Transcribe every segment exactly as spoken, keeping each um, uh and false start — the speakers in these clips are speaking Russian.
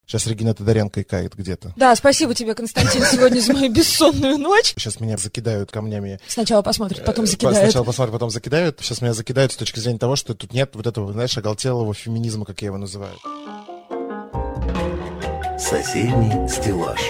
Сейчас Регина Тодоренко икает где-то. Да, спасибо тебе, Константин, сегодня за мою бессонную ночь. Сейчас меня закидают камнями. Сначала посмотрят, потом закидают. Сначала посмотрят, потом закидают. Сейчас меня закидают с точки зрения того, что тут нет вот этого, знаешь, оголтелого феминизма, как я его называю. Соседний стеллаж.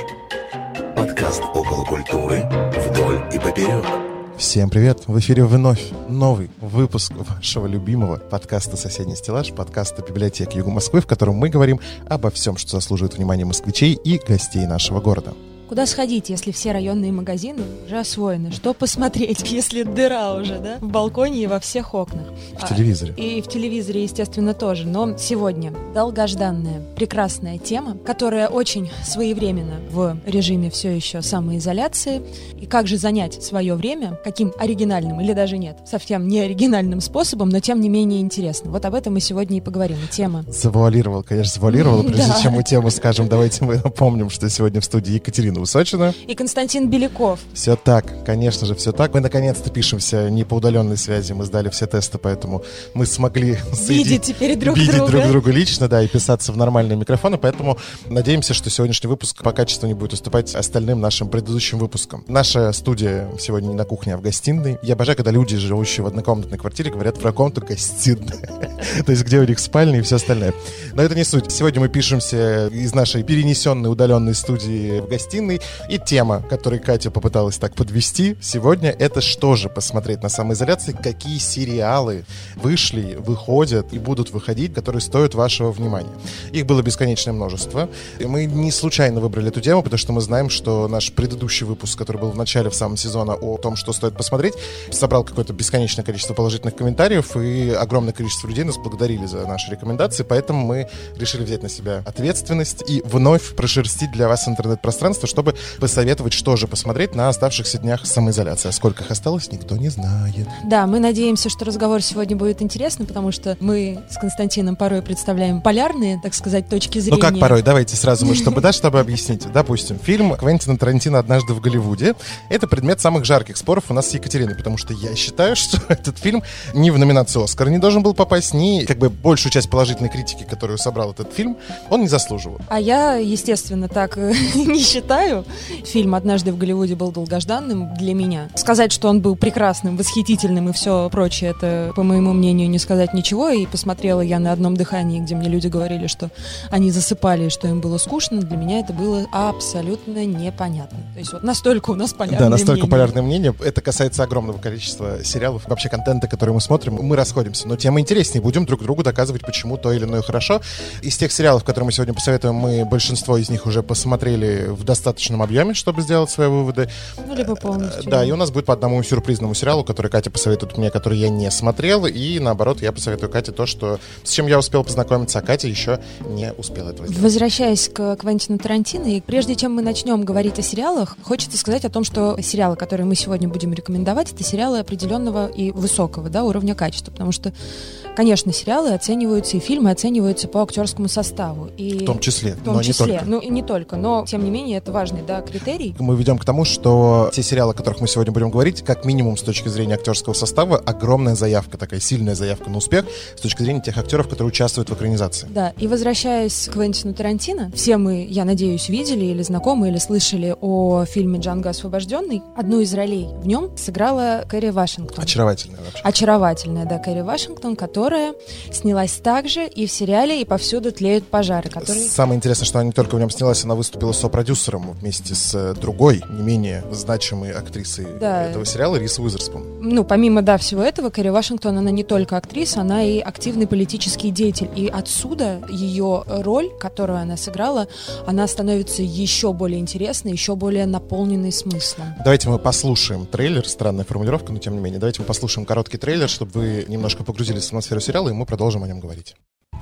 Подкаст около культуры вдоль и поперек. Всем привет! В эфире вновь новый выпуск вашего любимого подкаста «Соседний стеллаж», подкаста библиотеки Юга Москвы, в котором мы говорим обо всем, что заслуживает внимания москвичей и гостей нашего города. Куда сходить, если все районные магазины уже освоены? Что посмотреть, если дыра уже, да? В балконе и во всех окнах. В телевизоре. А, и в телевизоре, естественно, тоже. Но сегодня долгожданная, прекрасная тема, которая очень своевременна в режиме все еще самоизоляции. И как же занять свое время, каким оригинальным, или даже нет, совсем не оригинальным способом, но тем не менее интересным. Вот об этом мы сегодня и поговорим. Тема. Завуалировал, конечно, завуалировал. Прежде чем мы тему скажем, давайте мы напомним, что сегодня в студии Екатерина Высочина и Константин Беляков. Все так, конечно же, все так. Мы наконец-то пишемся не по удаленной связи, мы сдали все тесты, поэтому мы смогли видеть теперь друг видеть друга. друг друга лично, да, и писаться в нормальные микрофоны, поэтому надеемся, что сегодняшний выпуск по качеству не будет уступать остальным нашим предыдущим выпускам. Наша студия сегодня не на кухне, а в гостиной. Я обожаю, когда люди, живущие в однокомнатной квартире, говорят про комнату гостиная. То есть, где у них спальня и все остальное. Но это не суть. Сегодня мы пишемся из нашей перенесенной удаленной студии в гостиной. И тема, которую Катя попыталась так подвести сегодня, это что же посмотреть на самоизоляции, какие сериалы вышли, выходят и будут выходить, которые стоят вашего внимания. Их было бесконечное множество. И мы не случайно выбрали эту тему, потому что мы знаем, что наш предыдущий выпуск, который был в начале, в самом сезона, о том, что стоит посмотреть, собрал какое-то бесконечное количество положительных комментариев, и огромное количество людей нас благодарили за наши рекомендации, поэтому мы решили взять на себя ответственность и вновь прошерстить для вас интернет-пространство, чтобы чтобы посоветовать, что же посмотреть на оставшихся днях самоизоляции. А сколько их осталось, никто не знает. Да, мы надеемся, что разговор сегодня будет интересным, потому что мы с Константином порой представляем полярные, так сказать, точки зрения. Ну как порой? Давайте сразу мы, чтобы, да, чтобы объяснить. Допустим, фильм Квентина Тарантино «Однажды в Голливуде» — это предмет самых жарких споров у нас с Екатериной, потому что я считаю, что этот фильм ни в номинацию «Оскар» не должен был попасть, ни как бы большую часть положительной критики, которую собрал этот фильм, он не заслуживал. А я, естественно, так не считаю. Фильм «Однажды в Голливуде» был долгожданным для меня. Сказать, что он был прекрасным, восхитительным и все прочее, это, по моему мнению, не сказать ничего. И посмотрела я на одном дыхании, где мне люди говорили, что они засыпали и что им было скучно. Для меня это было абсолютно непонятно. То есть вот настолько у нас полярное мнение. Да, настолько мнение. полярное мнение. Это касается огромного количества сериалов, вообще контента, который мы смотрим. Мы расходимся, но тем интереснее. Будем друг другу доказывать, почему то или иное хорошо. Из тех сериалов, которые мы сегодня посоветуем, мы большинство из них уже посмотрели в достаточном объеме, чтобы сделать свои выводы. Ну, либо полностью. Да, и у нас будет по одному сюрпризному сериалу, который Катя посоветует мне, который я не смотрел, и наоборот, я посоветую Кате то, что с чем я успел познакомиться, а Катя еще не успела этого сделать. Возвращаясь к Квентину Тарантино, и прежде чем мы начнем говорить о сериалах, хочется сказать о том, что сериалы, которые мы сегодня будем рекомендовать, это сериалы определенного и высокого, да, уровня качества, потому что, конечно, сериалы оцениваются и фильмы оцениваются по актерскому составу. И в том числе, в том но числе, не только. Ну и не только, но тем не менее это важный, да, критерий. Мы ведем к тому, что те сериалы, о которых мы сегодня будем говорить, как минимум с точки зрения актерского состава, огромная заявка, такая сильная заявка на успех с точки зрения тех актеров, которые участвуют в экранизации. Да, и возвращаясь к Квентину Тарантино, все мы, я надеюсь, видели или знакомы, или слышали о фильме «Джанго освобожденный». Одну из ролей в нем сыграла Керри Вашингтон. Очаровательная вообще. Очаровательная, да, Керри Вашингтон, которая снялась также и в сериале «И повсюду тлеют пожары», который... Самое интересное, что она не только в нем снялась, она выступила сопродюсером вместе с другой, не менее значимой актрисой, да, этого сериала, Риз Уизерспун. Ну, помимо, да, всего этого, Керри Вашингтон, она не только актриса, она и активный политический деятель. И отсюда ее роль, которую она сыграла, она становится еще более интересной, еще более наполненной смыслом. Давайте мы послушаем трейлер, странная формулировка, но тем не менее. Давайте мы послушаем короткий трейлер, чтобы вы немножко погрузились в атмосферу сериала, и мы продолжим о нем говорить.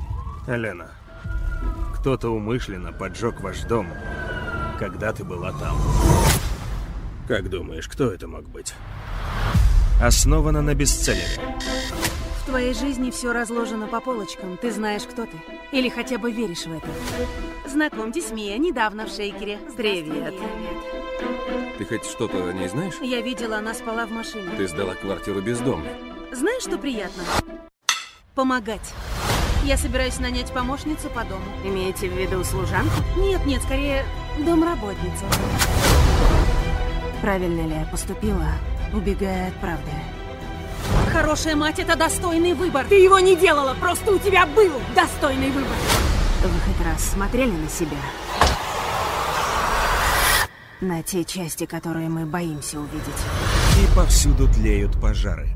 Елена, кто-то умышленно поджег ваш дом, когда ты была там. Как думаешь, кто это мог быть? Основано на бестселлере. В твоей жизни все разложено по полочкам. Ты знаешь, кто ты. Или хотя бы веришь в это. Знакомьтесь, Мия, недавно в Шейкере. Привет. Ты хоть что-то о ней знаешь? Я видела, она спала в машине. Ты сдала квартиру бездомной. Знаешь, что приятно? Помогать. Я собираюсь нанять помощницу по дому. Имеете в виду служанку? Нет, нет, скорее домработницу. Правильно ли я поступила, убегая от правды? Хорошая мать — это достойный выбор. Ты его не делала, просто у тебя был достойный выбор. Вы хоть раз смотрели на себя? На те части, которые мы боимся увидеть. И повсюду тлеют пожары.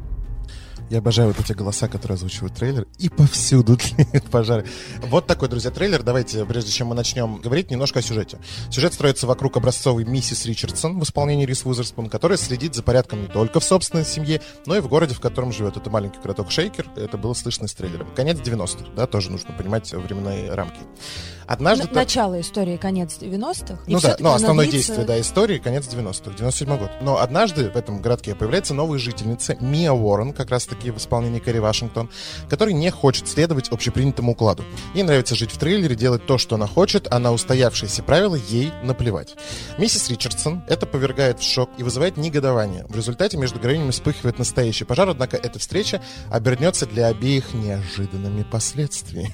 Я обожаю вот эти голоса, которые озвучивают трейлер. И повсюду тлеют пожары. Вот такой, друзья, трейлер. Давайте, прежде чем мы начнем говорить, немножко о сюжете. Сюжет строится вокруг образцовой миссис Ричардсон в исполнении Риз Уизерспун, которая следит за порядком не только в собственной семье, но и в городе, в котором живет. Это маленький городок Шейкер. Это было слышно из трейлера. Конец девяностых, да, тоже нужно понимать временные рамки. Однажды... Н- начало истории, конец девяностых. Ну да, но основное длится... действие, да, истории, конец девяностых, девяносто седьмой год. Но однажды в этом городке появляется новая жительница Мия Уоррен, как раз-таки в исполнении Керри Вашингтон, который не хочет следовать общепринятому укладу. Ей нравится жить в трейлере, делать то, что она хочет, а на устоявшиеся правила ей наплевать. Миссис Ричардсон это повергает в шок и вызывает негодование. В результате между героинями вспыхивает настоящий пожар, однако эта встреча обернется для обеих неожиданными последствиями.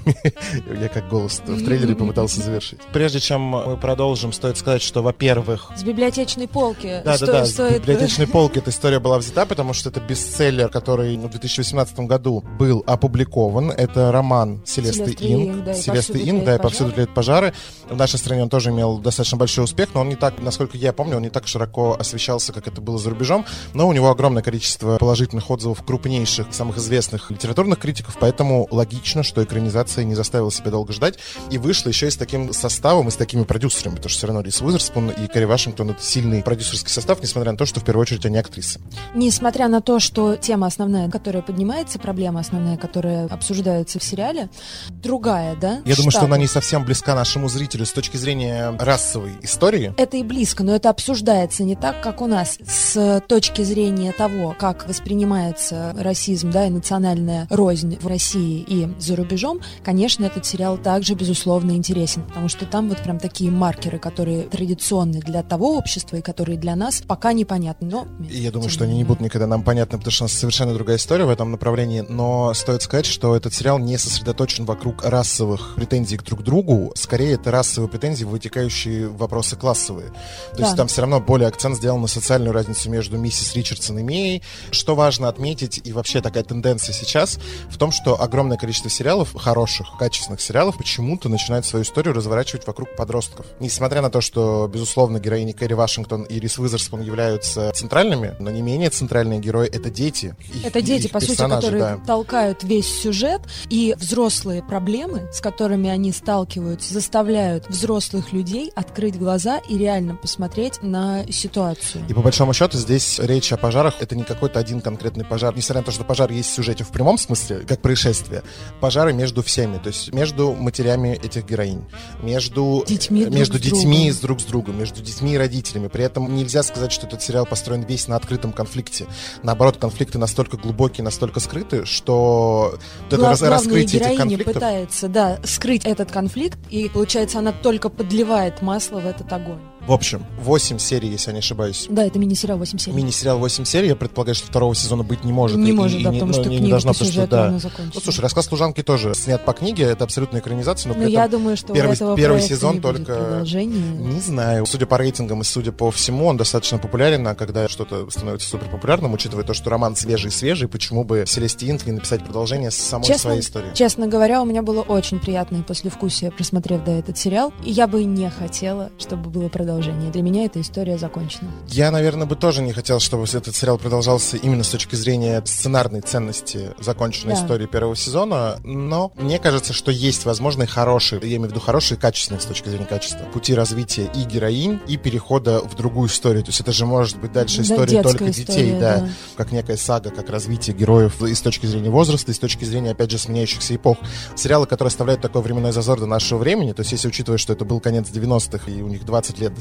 Я как голос в трейлере попытался завершить. Прежде чем мы продолжим, стоит сказать, что, во-первых... С библиотечной полки. Да, сто... да, да, стоит... с библиотечной полки эта история была взята, потому что это бестселлер, который в две тысячи восемнадцатом году был опубликован. Это роман Селесты Инг. Да, Селесты Инг, да, и «Повсюду тлеют пожары». В нашей стране он тоже имел достаточно большой успех, но он не так, насколько я помню, он не так широко освещался, как это было за рубежом. Но у него огромное количество положительных отзывов крупнейших, самых известных литературных критиков, поэтому логично, что экранизация не заставила себя долго ждать и вышла еще и с таким составом, и с такими продюсерами, потому что все равно Риз Уизерспун и Керри Вашингтон — это сильный продюсерский состав, несмотря на то, что в первую очередь они актрисы. Несмотря на то, что тема основная, которая поднимается, проблема основная, которая обсуждается в сериале, другая, да? Я думаю, что она штатов. не совсем близка нашему зрителю с точки зрения расовой истории. Это и близко, но это обсуждается не так, как у нас. С точки зрения того, как воспринимается расизм, да, и национальная рознь в России и за рубежом, конечно, этот сериал также, безусловно, интересен, потому что там вот прям такие маркеры, которые традиционны для того общества и которые для нас пока непонятны. Но, и я думаю, что они не будут никогда нам понятны, потому что у нас совершенно другая история в этом направлении, но стоит сказать, что этот сериал не сосредоточен вокруг расовых претензий друг к другу, скорее это расовые претензии, вытекающие в вопросы классовые. То да. есть там все равно более акцент сделан на социальную разницу между миссис Ричардсон и Мией. Что важно отметить, и вообще такая тенденция сейчас, в том, что огромное количество сериалов, хороших, качественных сериалов, почему-то начинают свою историю разворачивать вокруг подростков. Несмотря на то, что, безусловно, героини Керри Вашингтон и Риз Уизерспун являются центральными, но не менее центральные герои — это дети. Их, это дети, по сути, которые да. толкают весь сюжет, и взрослые проблемы, с которыми они сталкиваются, заставляют взрослых людей открыть глаза и реально посмотреть на ситуацию. И по большому счету здесь речь о пожарах — это не какой-то один конкретный пожар. Несмотря на то, что пожар есть в сюжете в прямом смысле, как происшествие, пожары между всеми, то есть между матерями этих героинь, между детьми, между друг детьми с с друг с другом, между детьми и родителями. При этом нельзя сказать, что этот сериал построен весь на открытом конфликте. Наоборот, конфликты настолько глубокие, настолько скрыты, что Глав, это раз, раскрытие этих героиня конфликтов... пытается, да, скрыть этот конфликт, и, получается, она только подливает масло в этот огонь. В общем, восемь серий, если я не ошибаюсь. Да, это мини-сериал восемь серий. Мини-сериал восемь серий. Я предполагаю, что второго сезона быть не может. Не и, может, и, да, и, потому ну, что не, книга не должна, по потому сюжету, что, да. она закончена. Ну, слушай, «Рассказ служанки» тоже снят по книге, это абсолютная экранизация, но при Но этом я думаю, что первый, у этого первый проекта сезон не будет только... продолжения. Не знаю. Судя по рейтингам и судя по всему, он достаточно популярен, а когда что-то становится супер популярным, учитывая то, что роман свежий-свежий, почему бы Селесте Инг не написать продолжение с самой честно, своей историей? Честно говоря, у меня было очень приятное послевкусие, просмотрев да, этот сериал, и я бы не хотела, чтобы было продолжение. Для меня эта история закончена. Я, наверное, бы тоже не хотел, чтобы этот сериал продолжался именно с точки зрения сценарной ценности законченной да. истории первого сезона, но мне кажется, что есть, возможно, и хорошие, я имею в виду хорошие и качественные с точки зрения качества, пути развития и героинь, и перехода в другую историю. То есть это же может быть дальше история да, только история, детей, да, да, как некая сага, как развитие героев и с точки зрения возраста, и с точки зрения, опять же, сменяющихся эпох. Сериалы, которые оставляют такой временной зазор до нашего времени, то есть если учитывая, что это был конец девяностых, и у них двадцать лет до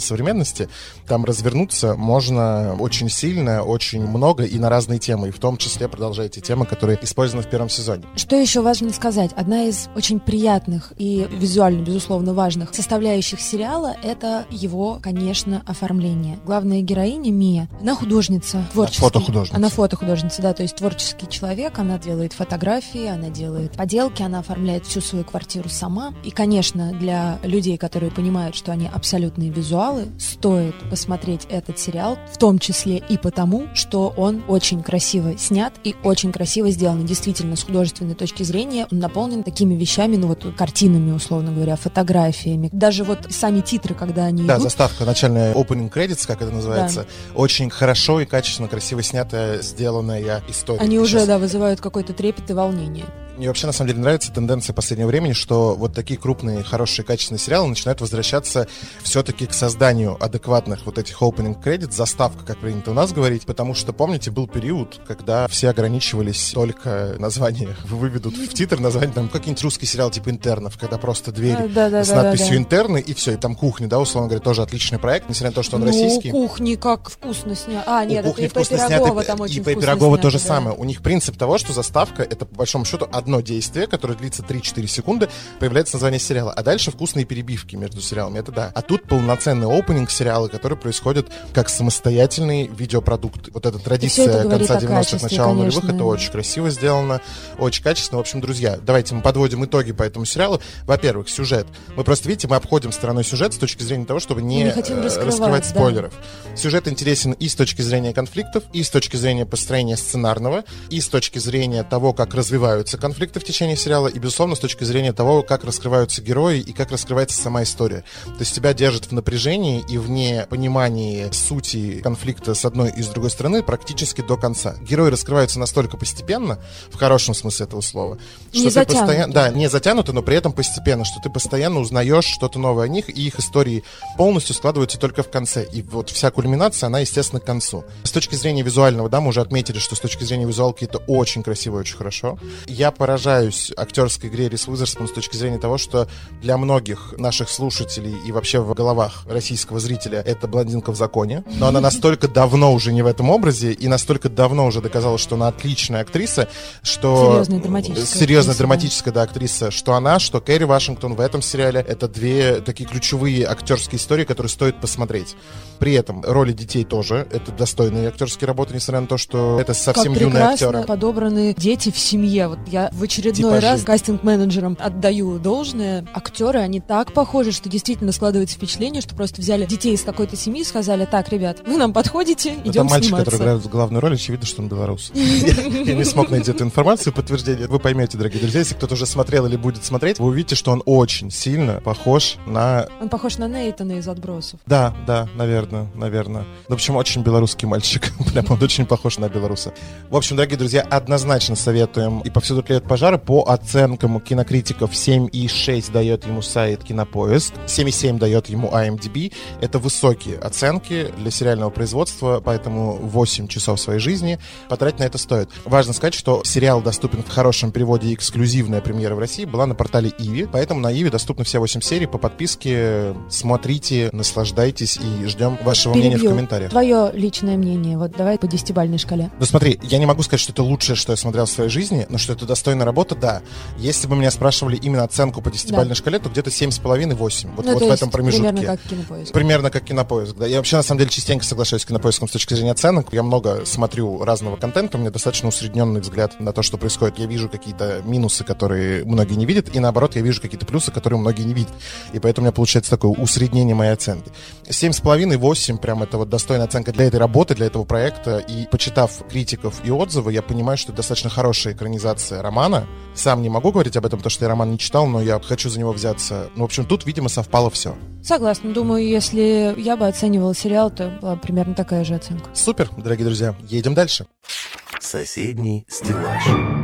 современности, там развернуться можно очень сильно, очень много и на разные темы, и в том числе продолжая те темы, которые использованы в первом сезоне. Что еще важно сказать? Одна из очень приятных и визуально, безусловно, важных составляющих сериала — это его, конечно, оформление. Главная героиня Мия, она художница, творческий. Фотохудожница. Она фотохудожница, да, то есть творческий человек, она делает фотографии, она делает поделки, она оформляет всю свою квартиру сама. И, конечно, для людей, которые понимают, что они абсолютные визуалы, стоит посмотреть этот сериал, в том числе и потому, что он очень красиво снят и очень красиво сделан. Действительно, с художественной точки зрения он наполнен такими вещами, ну вот картинами, условно говоря, фотографиями. Даже вот сами титры, когда они Да, идут. заставка, начальная opening credits, как это называется, Да. очень хорошо и качественно, красиво снятая, сделанная история. Они И уже, сейчас- да, вызывают какой-то трепет и волнение. Мне вообще, на самом деле, нравится тенденция последнего времени, что вот такие крупные, хорошие, качественные сериалы начинают возвращаться все-таки к созданию адекватных вот этих opening credits, заставка, как принято у нас говорить, потому что, помните, был период, когда все ограничивались только название, выведут в титр название, там, какой-нибудь русский сериал типа «Интернов», когда просто дверь А, да, да, с да, надписью да, да. «Интерны», и все, и там «Кухня», да, условно говоря, тоже отличный проект, несмотря на то, что он ну, российский. кухни как вкусно снят. А, нет, У это кухни и П. вкусно Пирогова снято, там очень и П. вкусно Пирогова снято, то же да. самое. У них принцип того, что заставка — это, по большому счету, одно действие, которое длится три-четыре секунды, появляется название сериала. А дальше вкусные перебивки между сериалами. Это да. А тут полноценный опенинг сериала, который происходит как самостоятельный видеопродукт. Вот эта всё традиция это говорит конца о девяностых, качестве, начала нулевых, конечно. это очень красиво сделано, очень качественно. В общем, друзья, давайте мы подводим итоги по этому сериалу. Во-первых, сюжет. Мы просто, видите, мы обходим стороной сюжет с точки зрения того, чтобы не, Не хотим э, раскрывать, раскрывать да. спойлеров. Сюжет интересен и с точки зрения конфликтов, и с точки зрения построения сценарного, и с точки зрения того, как развиваются конфликты в течение сериала, и, безусловно, с точки зрения того, как раскрываются герои и как раскрывается сама история. То есть тебя держит в напряжении и в непонимании сути конфликта с одной и с другой стороны практически до конца. Герои раскрываются настолько постепенно, в хорошем смысле этого слова, что Не ты затянуто. постоянно... Да, не затянуто, но при этом постепенно, что ты постоянно узнаешь что-то новое о них, и их истории полностью складываются только в конце. И вот вся кульминация, она, естественно, к концу. С точки зрения визуального, да, мы уже отметили, что с точки зрения визуалки это очень красиво и очень хорошо. Я поражаюсь актерской игре Риз Уизерспун с точки зрения того, что для многих наших слушателей и вообще в головах российского зрителя это блондинка в законе, но она настолько давно уже не в этом образе и настолько давно уже доказала, что она отличная актриса, что... Серьезная драматическая Серьезная актриса, драматическая, да, актриса, что она, что Кэрри Вашингтон в этом сериале, это две такие ключевые актерские истории, которые стоит посмотреть. При этом роли детей тоже, это достойные актерские работы, несмотря на то, что это совсем как юные прекрасно актеры. подобраны дети в семье. Вот я в очередной Типажи. раз кастинг-менеджерам отдаю должное. Актеры, они так похожи, что действительно складывается впечатление, что просто взяли детей из какой-то семьи и сказали: так, ребят, вы нам подходите, Это идем мальчик, сниматься. который играет главную роль, очевидно, что он белорус. Я не смог найти эту информацию, подтверждение. Вы поймете, дорогие друзья, если кто-то уже смотрел или будет смотреть, вы увидите, что он очень сильно похож на... Он похож на Нейтана из «Отбросов». Да, да, наверное, наверное. В общем, очень белорусский мальчик. Прям он очень похож на белоруса. В общем, дорогие друзья, однозначно советуем. И повсюду тлеют пожары. По оценкам кинокритиков семь и шесть дает ему сайт Кинопоиск, семь и семь дает ему ай эм ди би. Это высокие оценки для сериального производства, поэтому восемь часов своей жизни потратить на это стоит. Важно сказать, что сериал доступен в хорошем переводе, и эксклюзивная премьера в России была на портале Иви, поэтому на Иви доступны все восемь серий по подписке. Смотрите, наслаждайтесь и ждем вашего мнения в Перебью. комментариях. Твое личное мнение, вот давай по десятибалльной шкале. Ну смотри, я не могу сказать, что это лучшее, что я смотрел в своей жизни, но что это достойная работа, да. Если бы меня спрашивали именно оценку по десятибалльной Да. шкале, то где-то семь с половиной восемь. Вот, Ну, вот то в есть этом промежутке. примерно как Кинопоиск. Примерно как Кинопоиск, да. Я вообще, на самом деле, частенько соглашаюсь с Кинопоиском с точки зрения оценок. Я много смотрю разного контента, у меня достаточно усредненный взгляд на то, что происходит. Я вижу какие-то минусы, которые многие не видят, и наоборот, я вижу какие-то плюсы, которые многие не видят. И поэтому у меня получается такое усреднение моей оценки. семь с половиной восемь, прям это вот достойная оценка для этой работы, для этого проекта. И почитав критиков и отзывы, я понимаю, что это достаточно хорошая экранизация романа. Сам не могу говорить об этом, потому что я роман не читал, но я хочу за него взяться. Ну, в общем, тут, видимо, совпало все. Согласна. Думаю, если я бы оценивала сериал, то была примерно такая же оценка. Супер, дорогие друзья, едем дальше. Соседний стеллаж.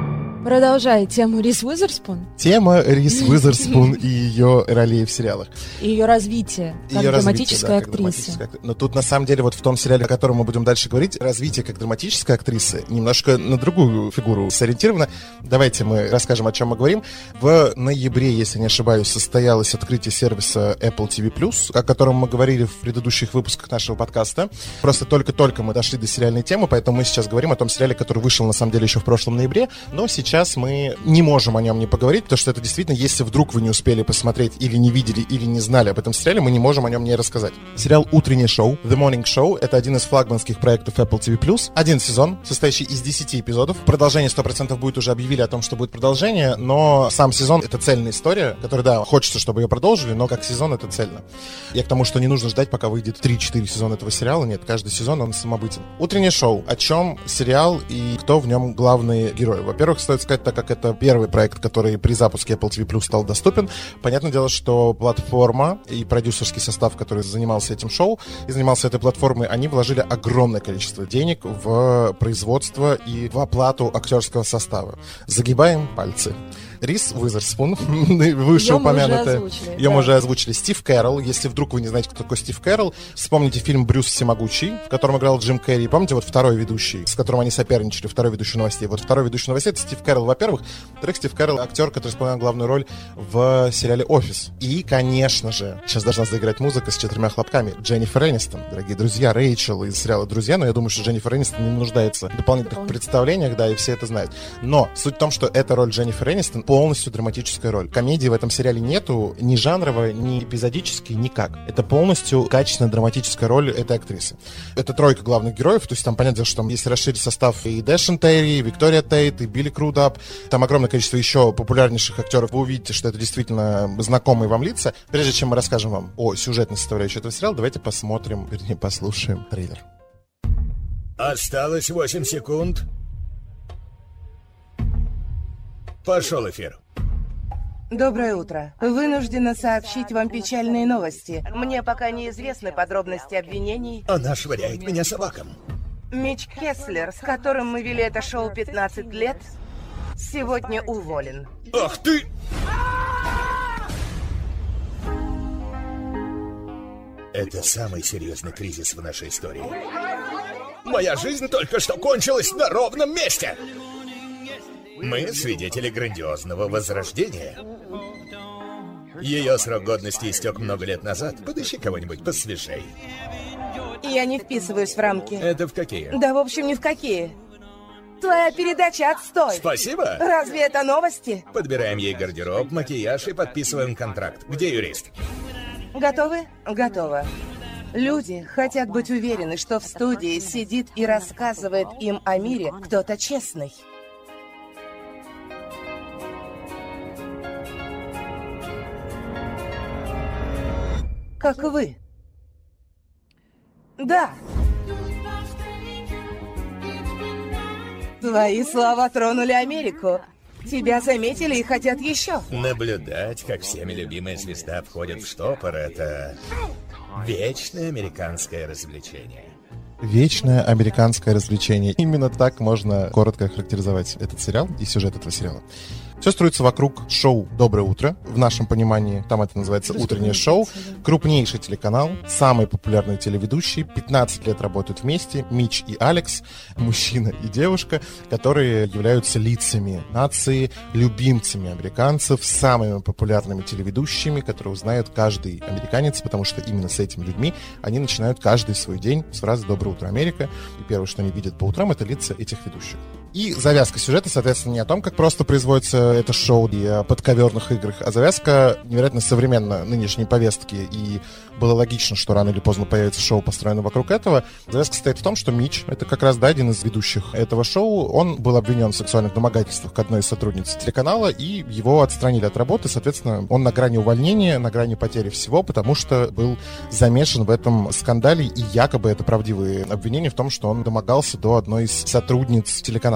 Продолжай тему Риз Уизерспун. Тема Риз Уизерспун и ее ролей в сериалах. И ее развитие как ее драматической развитие, да, актрисы. Как драматическая актриса. Но тут, на самом деле, вот в том сериале, о котором мы будем дальше говорить, развитие как драматической актрисы немножко на другую фигуру сориентировано. Давайте мы расскажем, о чем мы говорим. В ноябре, если не ошибаюсь, состоялось открытие сервиса Apple ти ви плюс, о котором мы говорили в предыдущих выпусках нашего подкаста. Просто только-только мы дошли до сериальной темы, поэтому мы сейчас говорим о том сериале, который вышел, на самом деле, еще в прошлом ноябре, но сейчас Сейчас мы не можем о нем не поговорить, потому что это действительно, если вдруг вы не успели посмотреть или не видели, или не знали об этом сериале, мы не можем о нем не рассказать. Сериал «Утреннее шоу» The Morning Show — это один из флагманских проектов Apple ти ви плюс. Один сезон, состоящий из десяти эпизодов. Продолжение сто процентов будет, уже объявили о том, что будет продолжение, но сам сезон — это цельная история, которая, да, хочется, чтобы ее продолжили, но как сезон это цельно. Я к тому, что не нужно ждать, пока выйдет три-четыре сезона этого сериала. Нет, каждый сезон он самобытен. «Утреннее шоу». О чем сериал и кто в нем главные герои? Во-первых, стоит сказать, так как это первый проект, который при запуске Apple ти ви плюс стал доступен, понятное дело, что платформа и продюсерский состав, который занимался этим шоу и занимался этой платформой, они вложили огромное количество денег в производство и в оплату актерского состава. Загибаем пальцы. Риз Уизерспун, вышеупомянутая. Ее мы уже озвучили. Стив Кэрролл. Если вдруг вы не знаете, кто такой Стив Кэрролл, вспомните фильм «Брюс Всемогущий», в котором играл Джим Керри. Помните, вот второй ведущий, с которым они соперничали, второй ведущий новостей. Вот второй ведущий новостей — это Стив Кэрролл, во-первых. Во-вторых, Стив Кэрролл — актер, который исполнял главную роль в сериале «Офис». И, конечно же, сейчас должна заиграть музыка с четырьмя хлопками. Дженнифер Энистон, дорогие друзья, Рэйчел из сериала «Друзья», но я думаю, что Дженнифер Энистон не нуждается в дополнительных представлениях, да, и все это знают. Но суть в том, что эта роль Дженнифер Энистон полностью драматическая роль. Комедии в этом сериале нету, ни жанровой, ни эпизодической, никак. Это полностью качественная драматическая роль этой актрисы. Это тройка главных героев, то есть там понятно, что там, если расширить состав, и Дэшен Терри, и Виктория Тейт, и Билли Крудап, там огромное количество еще популярнейших актеров. Вы увидите, что это действительно знакомые вам лица. Прежде чем мы расскажем вам о сюжетной составляющей этого сериала, давайте посмотрим, вернее, послушаем трейлер. Осталось восемь секунд. Пошел эфир. Доброе утро. Вынуждена сообщить вам печальные новости. Мне пока неизвестны подробности обвинений. Она швыряет меня собакам. Митч Кеслер, с которым мы вели это шоу пятнадцать лет, сегодня уволен. Ах ты! Это самый серьезный кризис в нашей истории. Моя жизнь только что кончилась на ровном месте. Мы свидетели грандиозного возрождения. Ее срок годности истек много лет назад. Подыщи кого-нибудь посвежей. Я не вписываюсь в рамки. Это в какие? Да, в общем, ни в какие. Твоя передача отстой. Спасибо. Разве это новости? Подбираем ей гардероб, макияж и подписываем контракт. Где юрист? Готовы? Готово. Люди хотят быть уверены, что в студии сидит и рассказывает им о мире кто-то честный. Как вы. Да. Твои слова тронули Америку. Тебя заметили и хотят еще. Наблюдать, как всеми любимая звезда входит в штопор, это вечное американское развлечение. Вечное американское развлечение. Именно так можно коротко характеризовать этот сериал и сюжет этого сериала. Все строится вокруг шоу «Доброе утро». В нашем понимании там это называется «Утреннее шоу». Крупнейший телеканал, самый популярный телеведущий. пятнадцать лет работают вместе. Митч и Алекс, мужчина и девушка, которые являются лицами нации, любимцами американцев, самыми популярными телеведущими, которые узнает каждый американец, потому что именно с этими людьми они начинают каждый свой день с фразы «Доброе утро, Америка». И первое, что они видят по утрам, это лица этих ведущих. И завязка сюжета, соответственно, не о том, как просто производится это шоу и о подковерных играх, а завязка невероятно современно нынешней повестки, и было логично, что рано или поздно появится шоу, построенное вокруг этого. Завязка состоит в том, что Митч, это как раз, да, один из ведущих этого шоу, он был обвинен в сексуальных домогательствах к одной из сотрудниц телеканала, и его отстранили от работы, соответственно, он на грани увольнения, на грани потери всего, потому что был замешан в этом скандале, и якобы это правдивые обвинения в том, что он домогался до одной из сотрудниц телеканала.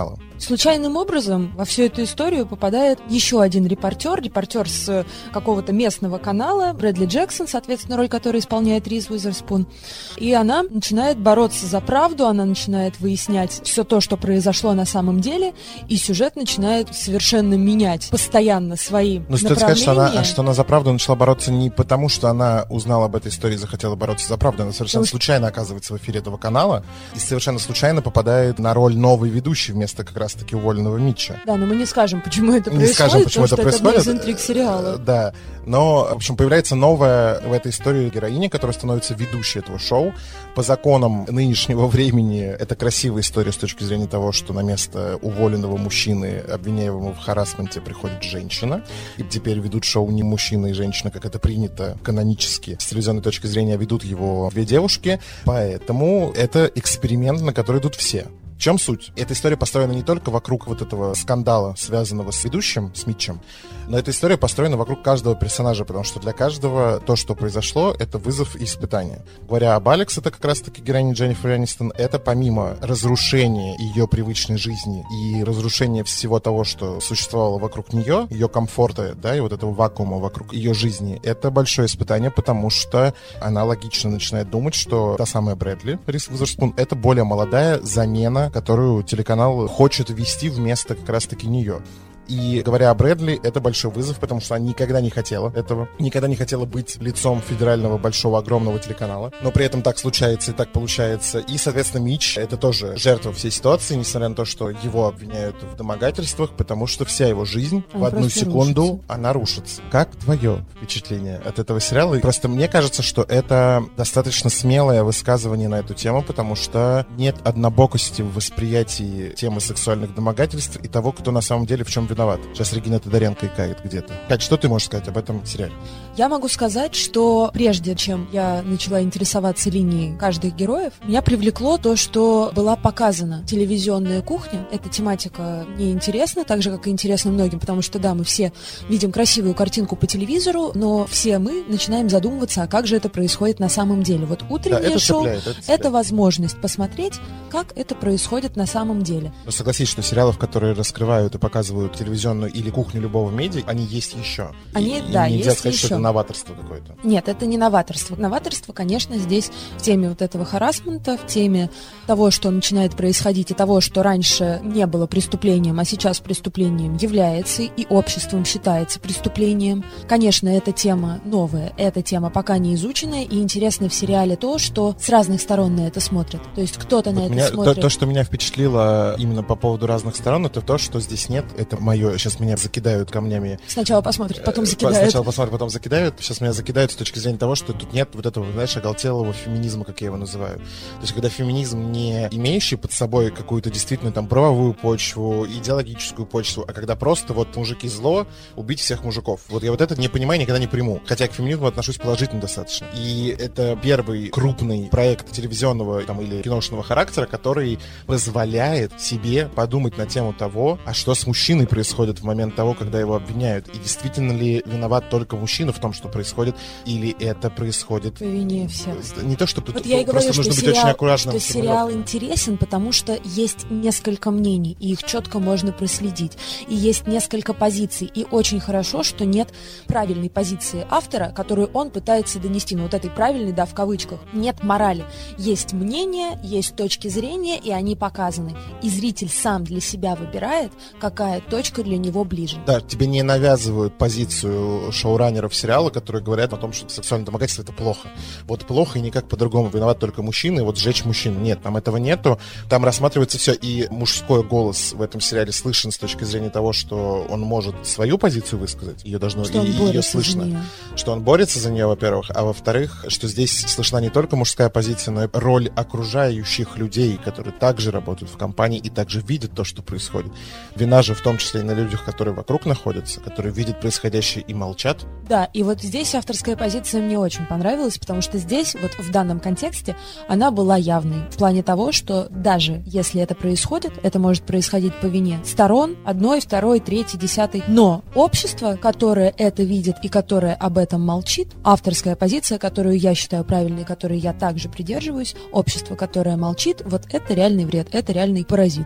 сериала. Случайным образом во всю эту историю попадает еще один репортер, репортер с какого-то местного канала, Брэдли Джексон, соответственно, роль которой исполняет Риз Уизерспун. И она начинает бороться за правду, она начинает выяснять все то, что произошло на самом деле, и сюжет начинает совершенно менять постоянно свои Ну, стоит направления. сказать, что она, что она за правду начала бороться не потому, что она узнала об этой истории и захотела бороться за правду, она совершенно Потому случайно оказывается в эфире этого канала и совершенно случайно попадает на роль новой ведущей вместо как раз-таки уволенного Митча. Да, но мы не скажем, почему это Не происходит, скажем, почему потому это что это происходит. одна из интриг сериала. Да, но, в общем, появляется новая в этой истории героиня, которая становится ведущей этого шоу. По законам нынешнего времени это красивая история с точки зрения того, что на место уволенного мужчины, обвиняемого в харассменте, приходит женщина. И теперь ведут шоу не мужчина и женщина, как это принято канонически. С телевизионной точки зрения ведут его две девушки. Поэтому это эксперимент, на который идут все. В чем суть? Эта история построена не только вокруг вот этого скандала, связанного с ведущим, с Митчем, но эта история построена вокруг каждого персонажа, потому что для каждого то, что произошло, это вызов и испытание. Говоря об Алекс, это как раз-таки героиня Дженнифер Энистон, это помимо разрушения ее привычной жизни и разрушения всего того, что существовало вокруг нее, ее комфорта, да, и вот этого вакуума вокруг ее жизни, это большое испытание, потому что она логично начинает думать, что та самая Брэдли, Риз Уизерспун, это более молодая замена, которую телеканал хочет ввести вместо как раз-таки нее. И говоря о Брэдли, это большой вызов, потому что она никогда не хотела этого, никогда не хотела быть лицом федерального большого огромного телеканала, но при этом так случается и так получается. И, соответственно, Митч — это тоже жертва всей ситуации, несмотря на то, что его обвиняют в домогательствах, потому что вся его жизнь Он в одну секунду рушится. она рушится. Как твое впечатление от этого сериала? И просто мне кажется, что это достаточно смелое высказывание на эту тему, потому что нет однобокости в восприятии темы сексуальных домогательств и того, кто на самом деле в чем виноват. Сейчас Регина Тодоренко икает где-то. Кать, что ты можешь сказать об этом сериале? Я могу сказать, что прежде чем я начала интересоваться линией каждых героев, меня привлекло то, что была показана телевизионная кухня. Эта тематика мне интересна, так же, как и интересна многим, потому что, да, мы все видим красивую картинку по телевизору, но все мы начинаем задумываться, а как же это происходит на самом деле. Вот утреннее Да, это шоу цепляет, это — цепляет. это возможность посмотреть, как это происходит на самом деле. Но согласись, что сериалов, которые раскрывают и показывают телевизионную или кухню любого медиа, они есть еще. Они, и, да, и нельзя есть сказать, еще. что это новаторство какое-то. Нет, это не новаторство. Новаторство, конечно, здесь в теме вот этого харассмента, в теме того, что начинает происходить, и того, что раньше не было преступлением, а сейчас преступлением является и обществом считается преступлением. Конечно, эта тема новая, эта тема пока не изученная, и интересно в сериале то, что с разных сторон на это смотрят. То есть кто-то на Вот это меня- смотрит... то, то, что меня впечатлило именно по поводу разных сторон, это то, что здесь нет, это мое, сейчас меня закидают камнями. Сначала посмотрят, потом Э, закидают. Сначала посмотрят, потом закидают. Сейчас меня закидают с точки зрения того, что тут нет вот этого, знаешь, оголтелого феминизма, как я его называю. То есть, когда феминизм, не имеющий под собой какую-то действительно там правовую почву, идеологическую почву, а когда просто вот мужики зло, убить всех мужиков. Вот я вот это не понимаю, никогда не приму. Хотя я к феминизму отношусь положительно достаточно. И это первый крупный проект телевизионного там, или киношного характера, который позволяет себе подумать на тему того, а что с мужчиной происходит в момент того, когда его обвиняют. И действительно ли виноват только мужчина в том, что происходит, или это происходит... По вине всех. Не то, что тут Вот я и просто говорю, нужно что быть очень сериал, аккуратным. что сериал интересен, потому что есть несколько мнений, и их четко можно проследить. И есть несколько позиций. И очень хорошо, что нет правильной позиции автора, которую он пытается донести. Ну, вот этой правильной, да, в кавычках. Нет морали. Есть мнение, есть точки зрения, и они показаны. И зритель сам для себя выбирает, какая точка для него ближе. Да, тебе не навязывают позицию шоураннеров сериала, которые говорят о том, что сексуальное домогательство — это плохо. Вот плохо и никак по-другому. Виноват только мужчина, и вот сжечь мужчину. Нет, там этого нету. Там рассматривается все. И мужской голос в этом сериале слышен с точки зрения того, что он может свою позицию высказать. Ее должно, Что он и, ее борется слышно. за нее. Что он борется за нее, во-первых, а во-вторых, что здесь слышна не только мужская позиция, но и роль окружающих людей, которые также работают в компании и также видят то, что происходит. Вина же в том числе и на людях, которые вокруг находятся, которые видят происходящее и молчат. Да, и вот здесь авторская позиция мне очень понравилась, потому что здесь, вот в данном контексте, она была явной. В плане того, что даже если это происходит, это может происходить по вине сторон, одной, второй, третьей, десятой. Но общество, которое это видит и которое об этом молчит, авторская позиция, которую я считаю правильной, которой я также придерживаюсь, общество, которое молчит, вот это реальный вред, это реальный паразит.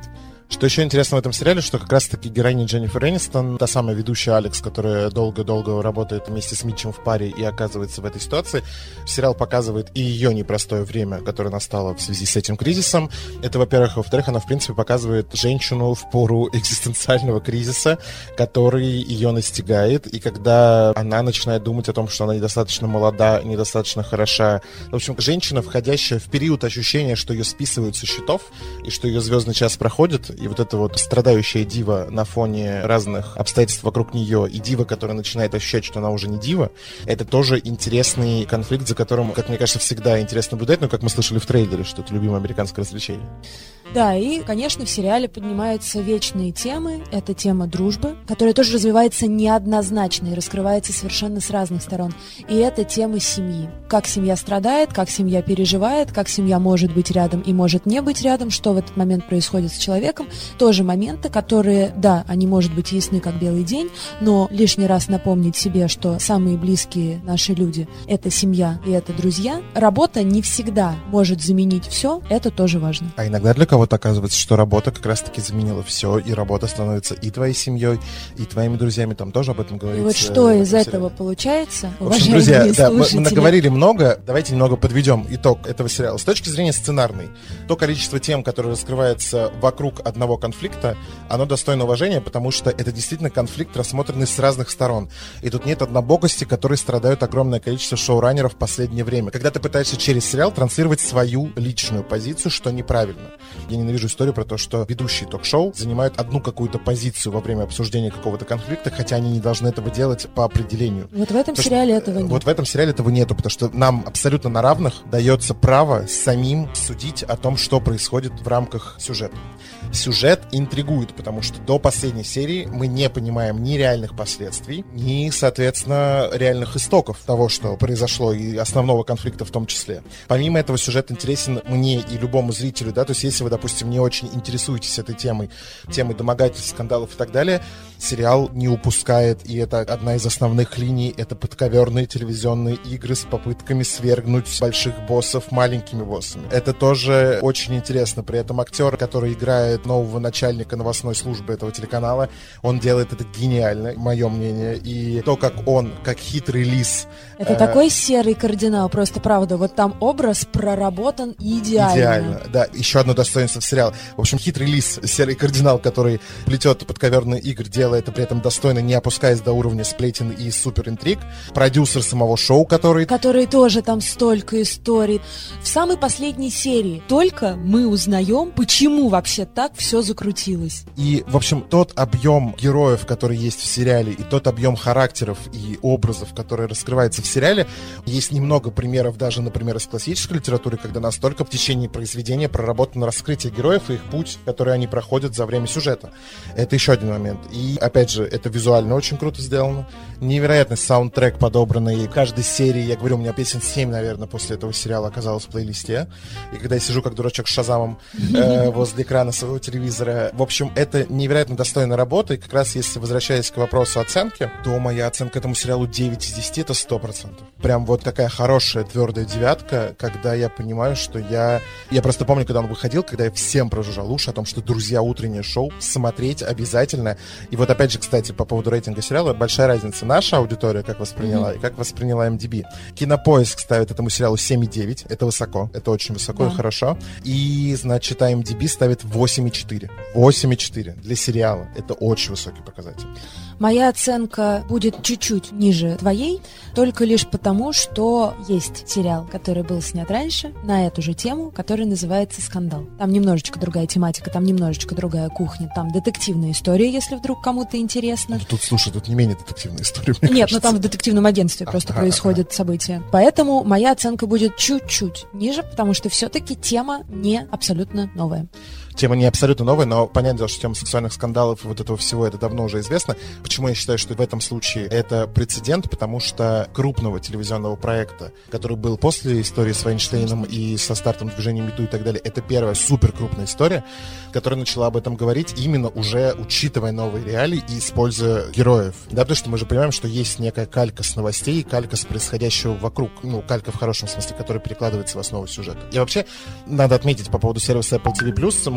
Что еще интересно в этом сериале, что как раз-таки героиня Дженнифер Энистон, та самая ведущая Алекс, которая долго-долго работает вместе с Митчем в паре и оказывается в этой ситуации, сериал показывает и ее непростое время, которое настало в связи с этим кризисом. Это, во-первых. Во-вторых, она, в принципе, показывает женщину в пору экзистенциального кризиса, который ее настигает, и когда она начинает думать о том, что она недостаточно молода, недостаточно хороша. В общем, женщина, входящая в период ощущения, что ее списывают со счетов, и что ее звездный час проходит, и вот эта вот страдающая дива на фоне разных обстоятельств вокруг нее, и дива, которая начинает ощущать, что она уже не дива, это тоже интересный конфликт, за которым, как мне кажется, всегда интересно наблюдать, но, как мы слышали в трейлере, что это любимое американское развлечение. Да, и, конечно, в сериале поднимаются вечные темы. Это тема дружбы, которая тоже развивается неоднозначно и раскрывается совершенно с разных сторон. И это тема семьи. Как семья страдает, как семья переживает, как семья может быть рядом и может не быть рядом, что в этот момент происходит с человеком. Тоже моменты, которые, да, они, может быть, ясны как белый день, но лишний раз напомнить себе, что самые близкие наши люди — это семья и это друзья. Работа не всегда может заменить все, это тоже важно. А иногда для кого Вот оказывается, что работа как раз-таки заменила все, и работа становится и твоей семьей, и твоими друзьями, там тоже об этом говорится. И вот что из этого получается, в общем, друзья, да, мы, мы наговорили много, давайте немного подведем итог этого сериала. С точки зрения сценарной, то количество тем, которое раскрывается вокруг одного конфликта, оно достойно уважения, потому что это действительно конфликт, рассмотренный с разных сторон. И тут нет однобокости, которой страдают огромное количество шоураннеров в последнее время. Когда ты пытаешься через сериал транслировать свою личную позицию, что неправильно. Я ненавижу историю про то, что ведущие ток-шоу занимают одну какую-то позицию во время обсуждения какого-то конфликта, хотя они не должны этого делать по определению. Вот в этом потому сериале что, этого нет. Вот в этом сериале этого нету, потому что нам абсолютно на равных дается право самим судить о том, что происходит в рамках сюжета. Сюжет интригует, потому что до последней серии мы не понимаем ни реальных последствий, ни, соответственно, реальных истоков того, что произошло, и основного конфликта в том числе. Помимо этого, сюжет интересен мне и любому зрителю, да, то есть если вы, допустим, не очень интересуетесь этой темой, темой домогательств, скандалов и так далее, сериал не упускает, и это одна из основных линий, это подковерные телевизионные игры с попытками свергнуть больших боссов маленькими боссами. Это тоже очень интересно, при этом актер, который играет нового начальника новостной службы этого телеканала, он делает это гениально, мое мнение, и то, как он, как хитрый лис... Это э- такой серый кардинал, просто правда, вот там образ проработан идеально. Идеально, да, еще одно достоинство в сериале. В общем, хитрый лис, серый кардинал, который плетет подковерные игры, делает это при этом достойно, не опускаясь до уровня сплетен и суперинтриг. Продюсер самого шоу, который... Который тоже там столько историй. В самой последней серии только мы узнаем, почему вообще так все закрутилось. И, в общем, тот объем героев, который есть в сериале, и тот объем характеров и образов, которые раскрываются в сериале, есть немного примеров даже, например, из классической литературы, когда настолько в течение произведения проработано раскрытие героев и их путь, который они проходят за время сюжета. Это еще один момент. И, опять же, это визуально очень круто сделано. Невероятный саундтрек подобранный. Каждой серии, я говорю, у меня песен семь, наверное, после этого сериала оказалось в плейлисте. И когда я сижу как дурачок с Шазамом э, возле экрана своего телевизора. В общем, это невероятно достойная работа. И как раз если возвращаясь к вопросу оценки, то моя оценка этому сериалу девять из десяти, это сто процентов. Прям вот такая хорошая твердая девятка, когда я понимаю, что я... Я просто помню, когда он выходил, когда я всем прожужжал уши о том, что «Друзья», утреннее шоу, смотреть обязательно. И вот опять же, кстати, по поводу рейтинга сериала, большая разница. Наша аудитория как восприняла, mm-hmm. и как восприняла эм ди би. Кинопоиск ставит этому сериалу семь и девять. Это высоко. Это очень высоко да. и хорошо. И, значит, эм ди би ставит восемь и четыре. восемь и четыре для сериала. Это очень высокий показатель. Моя оценка будет чуть-чуть ниже твоей, только лишь потому, что есть сериал, который был снят раньше, на эту же тему, который называется «Скандал». Там немножечко другая тематика, там немножечко другая кухня, там детективная история, если вдруг кому-то интересно. Ну, тут, слушай, тут не менее детективная история, мне Нет, кажется. но там в детективном агентстве просто ага, происходят ага. события. Поэтому моя оценка будет чуть-чуть ниже, потому что все-таки тема не абсолютно новая. Тема не абсолютно новая, но понятное дело, что тема сексуальных скандалов и вот этого всего, это давно уже известно. Почему я считаю, что в этом случае это прецедент? Потому что крупного телевизионного проекта, который был после истории с Вайнштейном и со стартом движения МИТУ и так далее, это первая супер крупная история, которая начала об этом говорить, именно уже учитывая новые реалии и используя героев. Да, потому что мы же понимаем, что есть некая калька с новостей, калька с происходящего вокруг. Ну, калька в хорошем смысле, которая перекладывается в основу сюжета. И вообще, надо отметить по поводу сервиса Apple ти ви плюс, мы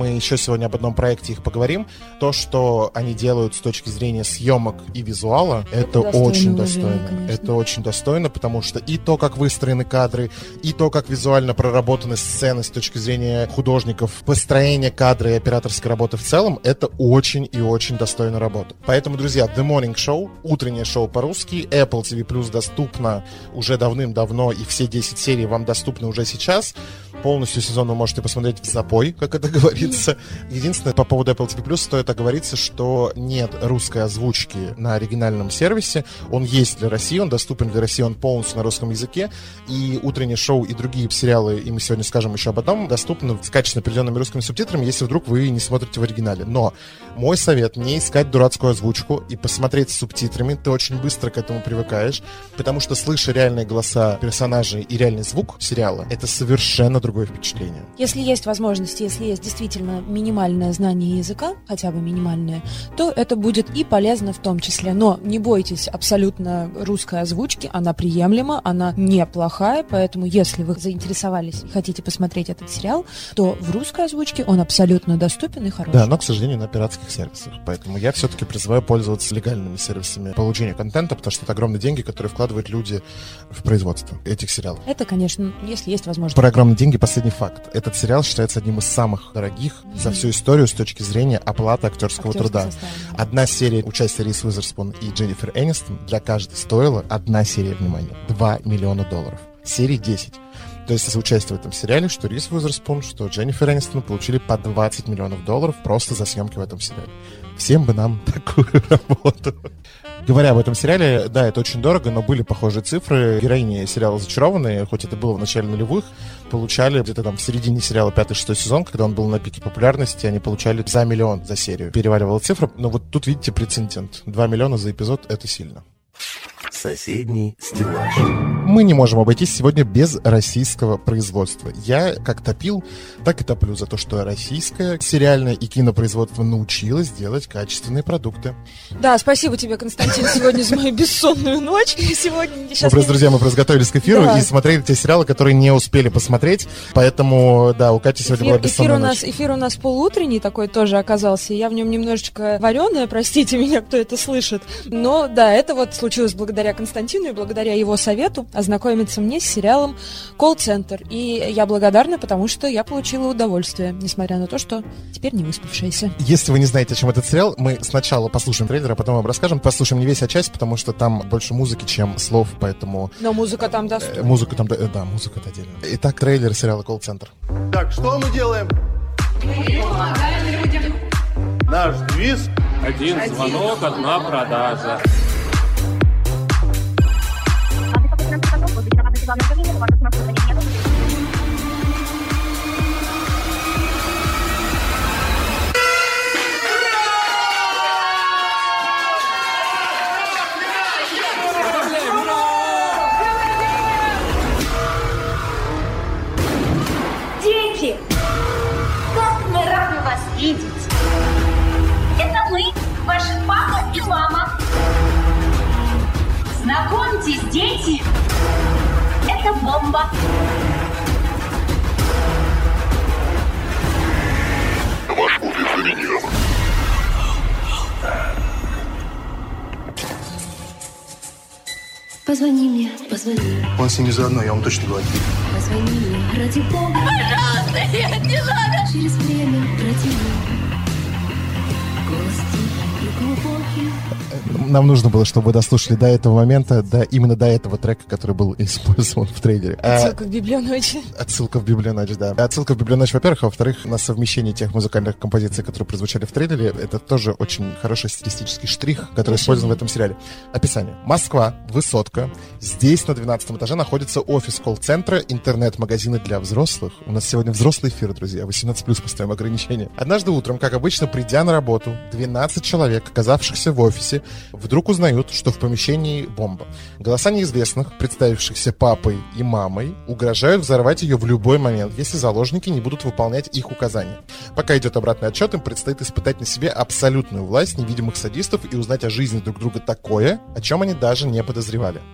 мы еще сегодня об одном проекте их поговорим. То, что они делают с точки зрения съемок и визуала, это, это очень достойно. Конечно. Это очень достойно, потому что и то, как выстроены кадры, и то, как визуально проработаны сцены с точки зрения художников, построение кадра и операторской работы в целом, это очень и очень достойная работа. Поэтому, друзья, The Morning Show, утреннее шоу по-русски, Apple ти ви плюс доступно уже давным-давно, и все десять серий вам доступны уже сейчас. Полностью сезон вы можете посмотреть в запой, как это говорится. Единственное, по поводу Apple ти ви плюс стоит оговориться, что нет русской озвучки на оригинальном сервисе. Он есть для России, он доступен для России, он полностью на русском языке. И утреннее шоу, и другие сериалы, и мы сегодня скажем еще об одном, доступны с качественно переведенными русскими субтитрами, если вдруг вы не смотрите в оригинале. Но мой совет — не искать дурацкую озвучку и посмотреть с субтитрами. Ты очень быстро к этому привыкаешь, потому что, слыша реальные голоса персонажей и реальный звук сериала, это совершенно другое впечатление. Если есть возможность, если есть действительно минимальное знание языка, хотя бы минимальное, то это будет и полезно в том числе. Но не бойтесь абсолютно русской озвучки, она приемлема, она неплохая, поэтому если вы заинтересовались и хотите посмотреть этот сериал, то в русской озвучке он абсолютно доступен и хороший. Да, но, к сожалению, на пиратских сервисах. Поэтому я все-таки призываю пользоваться легальными сервисами получения контента, потому что это огромные деньги, которые вкладывают люди в производство этих сериалов. Это, конечно, если есть возможность. Про огромные деньги последний факт. Этот сериал считается одним из самых дорогих mm-hmm. за всю историю с точки зрения оплаты актерского Актерский труда. Состав, да. Одна серия участия Риз Уизерспун и Дженнифер Энистон для каждой стоила, одна серия, внимания, два миллиона долларов. Серии десять. То есть за участие в этом сериале, что Риз Уизерспун, что Дженнифер Энистон получили по двадцать миллионов долларов просто за съемки в этом сериале. Всем бы нам такую работу. Говоря об этом сериале, да, это очень дорого, но были похожие цифры. Героини сериала «Зачарованные», хоть это было в начале нулевых, получали где-то там в середине сериала пятый-шестой сезон, когда он был на пике популярности, они получали за миллион за серию. Переваривала цифра, но вот тут видите прецедент. два миллиона за эпизод — это сильно. Соседний стеллаж. Мы не можем обойтись сегодня без российского производства. Я как топил, так и топлю за то, что российское сериальное и кинопроизводство научилось делать качественные продукты. Да, спасибо тебе, Константин, сегодня за мою бессонную ночь. Сегодня мы просто, друзья, мы просто готовились к эфиру да. и смотрели те сериалы, которые не успели посмотреть, поэтому, да, у Кати сегодня эфир, была бессонная эфир у ночь. нас, эфир у нас полуутренний такой тоже оказался, я в нем немножечко вареная, простите меня, кто это слышит, но, да, это вот случилось благодаря Константину и благодаря его совету ознакомиться мне с сериалом «Колл-центр». И я благодарна, потому что я получила удовольствие, несмотря на то, что теперь не выспавшаяся. Если вы не знаете, о чем этот сериал, мы сначала послушаем трейлер, а потом вам расскажем. Послушаем не весь, а часть, потому что там больше музыки, чем слов, поэтому... Но музыка там доступна. Музыка там, да, музыка это отдельно. Итак, трейлер сериала «Колл-центр». Так, что мы делаем? Мы помогаем людям. Наш девиз? Один, Один звонок, одна продажа. Дети, как мы рады вас видеть! Это мы, ваши папа и мама. Знакомьтесь, дети! Это бомба! Ваш офис заменен. Позвони мне, позвони. Он с ними заодно, я вам точно говорю. Позвони мне, ради бога. Пожалуйста, нет, не надо! Через время протяни. Голос тихий и глубокий. Нам нужно было, чтобы вы дослушали до этого момента, да, именно до этого трека, который был использован в трейлере. Отсылка а, в «Библионочь». Отсылка в «Библионочь», да. Отсылка в «Библионочь», во-первых, а во-вторых, на совмещение тех музыкальных композиций, которые прозвучали в трейлере, это тоже очень хороший стилистический штрих, который очень использован в этом сериале. Описание. Москва, высотка. Здесь на двенадцатом этаже находится офис колл-центра, интернет-магазины для взрослых. У нас сегодня взрослый эфир, друзья, восемнадцать плюс поставим ограничения. Однажды утром, как обычно, придя на работу, двенадцать человек, оказавшихся в офисе, вдруг узнают, что в помещении бомба. Голоса неизвестных, представившихся папой и мамой, угрожают взорвать ее в любой момент, если заложники не будут выполнять их указания. Пока идет обратный отчет, им предстоит испытать на себе абсолютную власть невидимых садистов и узнать о жизни друг друга такое, о чем они даже не подозревали.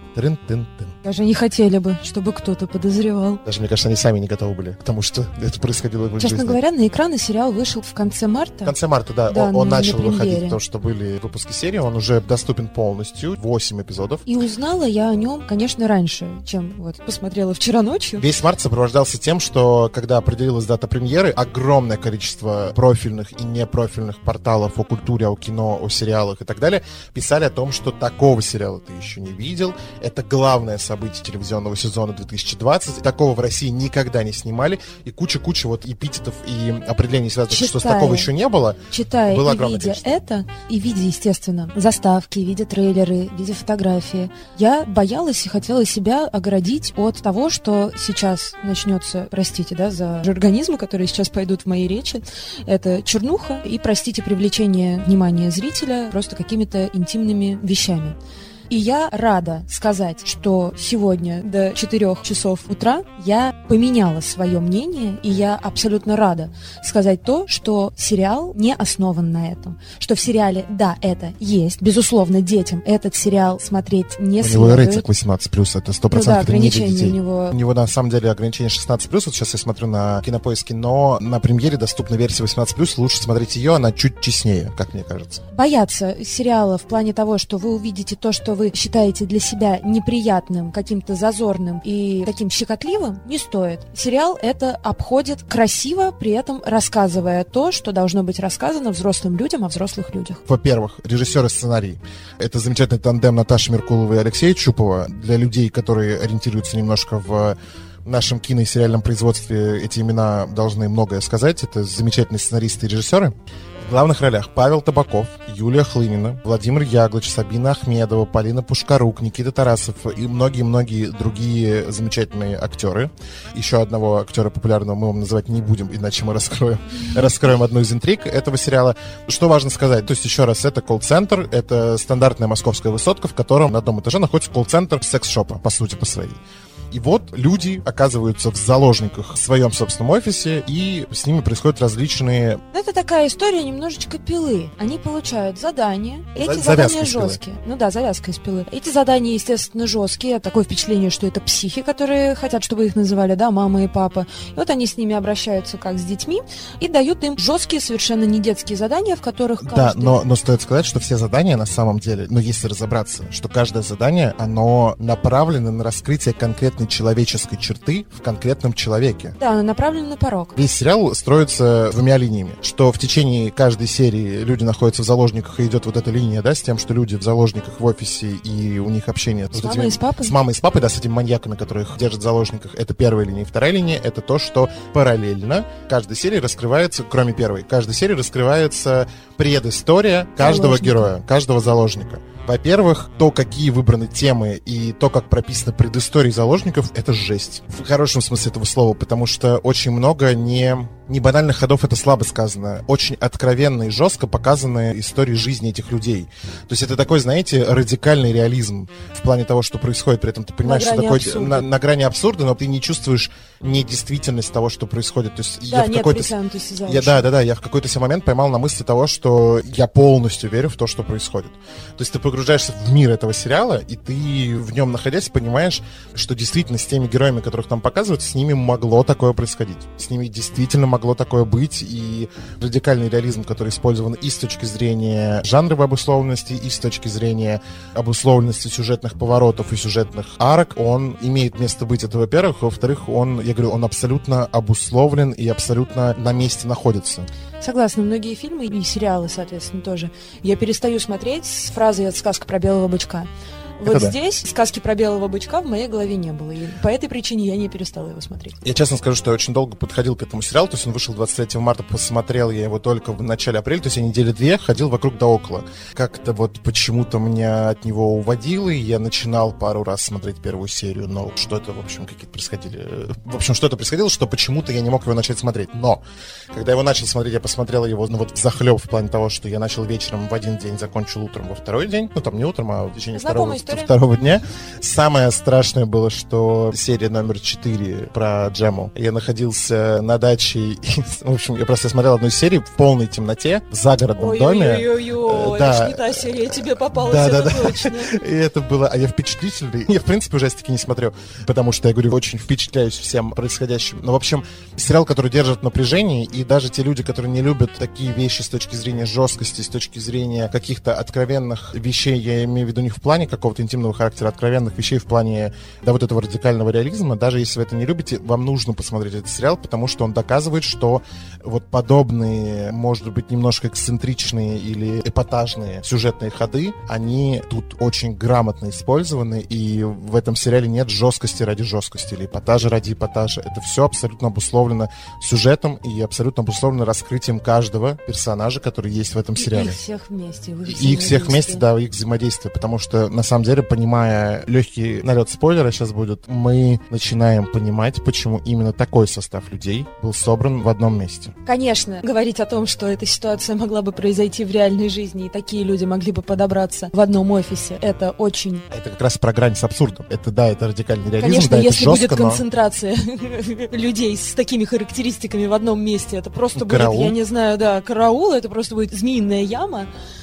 Трын-тын-тын. Даже не хотели бы, чтобы кто-то подозревал. Даже, мне кажется, они сами не готовы были к тому, что это происходило в их Честно жизни. говоря, на экраны сериал вышел в конце марта. В конце марта, да. Да, он он на- начал на выходить, премьере. то, что были выпуски серии. Он уже доступен полностью. восемь эпизодов. И узнала я о нем, конечно, раньше, чем вот посмотрела вчера ночью. Весь март сопровождался тем, что, когда определилась дата премьеры, огромное количество профильных и непрофильных порталов о культуре, о кино, о сериалах и так далее писали о том, что такого сериала ты еще не видел. Это главное событие телевизионного сезона две тысячи двадцать. Такого в России никогда не снимали. И куча-куча вот эпитетов и определений, связанных, что с Читая. такого еще не было. Читая было и огромное видя количество. это, и видя, естественно, заставки, видя трейлеры, видя фотографии, я боялась и хотела себя оградить от того, что сейчас начнется, простите, да, за жаргонизмы, которые сейчас пойдут в моей речи, это чернуха и, простите, привлечение внимания зрителя просто какими-то интимными вещами. И я рада сказать, что сегодня до четырех часов утра я поменяла свое мнение, и я абсолютно рада сказать то, что сериал не основан на этом. Что в сериале, да, это есть. Безусловно, детям этот сериал смотреть не У следует. него рейтинг восемнадцать плюс, это сто процентов Ну да, это не для ограничение детей. у него. У него на самом деле ограничение шестнадцать плюс. Вот сейчас я смотрю на Кинопоиске, но на премьере доступна версия восемнадцать плюс. Лучше смотреть ее, она чуть честнее, как мне кажется. Бояться сериала в плане того, что вы увидите то, что вы считаете для себя неприятным, каким-то зазорным и таким щекотливым, не стоит. Сериал это обходит красиво, при этом рассказывая то, что должно быть рассказано взрослым людям о взрослых людях. Во-первых, режиссер и сценарий. Это замечательный тандем Наташи Меркуловой и Алексея Чупова. Для людей, которые ориентируются немножко в нашем кино и сериальном производстве, эти имена должны многое сказать. Это замечательные сценаристы и режиссеры. В главных ролях Павел Табаков, Юлия Хлынина, Владимир Яглыч, Сабина Ахмедова, Полина Пушкарук, Никита Тарасов и многие-многие другие замечательные актеры. Еще одного актера популярного мы вам называть не будем, иначе мы раскроем, раскроем одну из интриг этого сериала. Что важно сказать? То есть, еще раз, это колл-центр, это стандартная московская высотка, в котором на одном этаже находится колл-центр секс-шопа, по сути, по своей. И вот люди оказываются в заложниках в своем собственном офисе, и с ними происходят различные... Это такая история немножечко пилы. Они получают задания. Эти За- задания завязка из пилы. жесткие. Ну да, завязка из пилы. Эти задания, естественно, жесткие. Такое впечатление, что это психи, которые хотят, чтобы их называли, да, мама и папа. И вот они с ними обращаются как с детьми и дают им жесткие, совершенно не детские задания, в которых каждый... Да, но, но стоит сказать, что все задания на самом деле, ну если разобраться, что каждое задание, оно направлено на раскрытие конкретной человеческой черты в конкретном человеке. Да, она направлена на порог. Весь сериал строится двумя линиями, что в течение каждой серии люди находятся в заложниках, и идет вот эта линия, да, с тем, что люди в заложниках в офисе, и у них общение С вот мамой и с папой? С мамой и с папой, да, с этими маньяками, которых держат в заложниках. Это первая линия. И вторая линия — это то, что параллельно каждой серии раскрывается, кроме первой, каждой серии раскрывается предыстория каждого Заложника. героя, каждого заложника. Во-первых, то, какие выбраны темы и то, как прописана предыстория заложников, это жесть. В хорошем смысле этого слова, потому что очень много не, не банальных ходов, это слабо сказано. Очень откровенно и жестко показаны истории жизни этих людей. То есть это такой, знаете, радикальный реализм в плане того, что происходит. При этом ты понимаешь, На что грани такое абсурда. на, на грани абсурда, но ты не чувствуешь недействительность того, что происходит. То есть Да, я в нет какой-то... притянутости за Я, уши. да, да, да, я в какой-то себе момент поймал на мысли того, что я полностью верю в то, что происходит. То есть ты погружаешься в мир этого сериала, и ты в нем находясь понимаешь, что действительно с теми героями, которых там показывают, с ними могло такое происходить. С ними действительно могло такое быть, и радикальный реализм, который использован и с точки зрения жанровой обусловленности, и с точки зрения обусловленности сюжетных поворотов и сюжетных арок, он имеет место быть, это во-первых. Во-вторых, он, я говорю, он абсолютно обусловлен и абсолютно на месте находится. Согласна, многие фильмы и сериалы, соответственно, тоже. Я перестаю смотреть с фразой «Сказка про белого бычка». Вот Это да. здесь сказки про белого бычка в моей голове не было. И по этой причине я не перестала его смотреть. Я честно скажу, что я очень долго подходил к этому сериалу. То есть он вышел двадцать третьего марта, посмотрел я его только в начале апреля. То есть я недели две ходил вокруг да около. Как-то вот почему-то меня от него уводило, и я начинал пару раз смотреть первую серию. Но что-то, в общем, какие-то происходили... В общем, что-то происходило, что почему-то я не мог его начать смотреть. Но когда я его начал смотреть, я посмотрел его, ну вот взахлеб в плане того, что я начал вечером в один день, закончил утром во второй день. Ну там не утром, а в течение Знакомая второго... история? второго дня. Самое страшное было, что серия номер четыре про Джему. Я находился на даче, и, в общем, я просто смотрел одну серию в полной темноте, в загородном Ой, доме. Ой-ой-ой, да. это ж не та серия, тебе попалась, да, это да, да. точно. И это было... А я впечатлительный. Я, в принципе, ужастики не смотрю, потому что, я говорю, очень впечатляюсь всем происходящим. Но, в общем, сериал, который держит напряжение, и даже те люди, которые не любят такие вещи с точки зрения жесткости, с точки зрения каких-то откровенных вещей, я имею в виду не в плане какого-то интимного характера, откровенных вещей в плане, да, вот этого радикального реализма, даже если вы это не любите, вам нужно посмотреть этот сериал, потому что он доказывает, что вот подобные, может быть, немножко эксцентричные или эпатажные сюжетные ходы, они тут очень грамотно использованы, и в этом сериале нет жесткости ради жесткости или эпатажа ради эпатажа. Это все абсолютно обусловлено сюжетом и абсолютно обусловлено раскрытием каждого персонажа, который есть в этом сериале. И их всех вместе. И их всех вместе, да, их взаимодействие, потому что, на самом деле, понимая легкий налет спойлера сейчас будет, мы начинаем понимать, почему именно такой состав людей был собран в одном месте. Конечно, говорить о том, что эта ситуация могла бы произойти в реальной жизни, и такие люди могли бы подобраться в одном офисе, это очень... Это как раз про грань с абсурдом. Это, да, это радикальный реализм, Конечно, да, это если жестко, будет но... концентрация людей с такими характеристиками в одном месте, это просто Караул. будет, я не знаю, да, караул, это просто будет змеиная яма.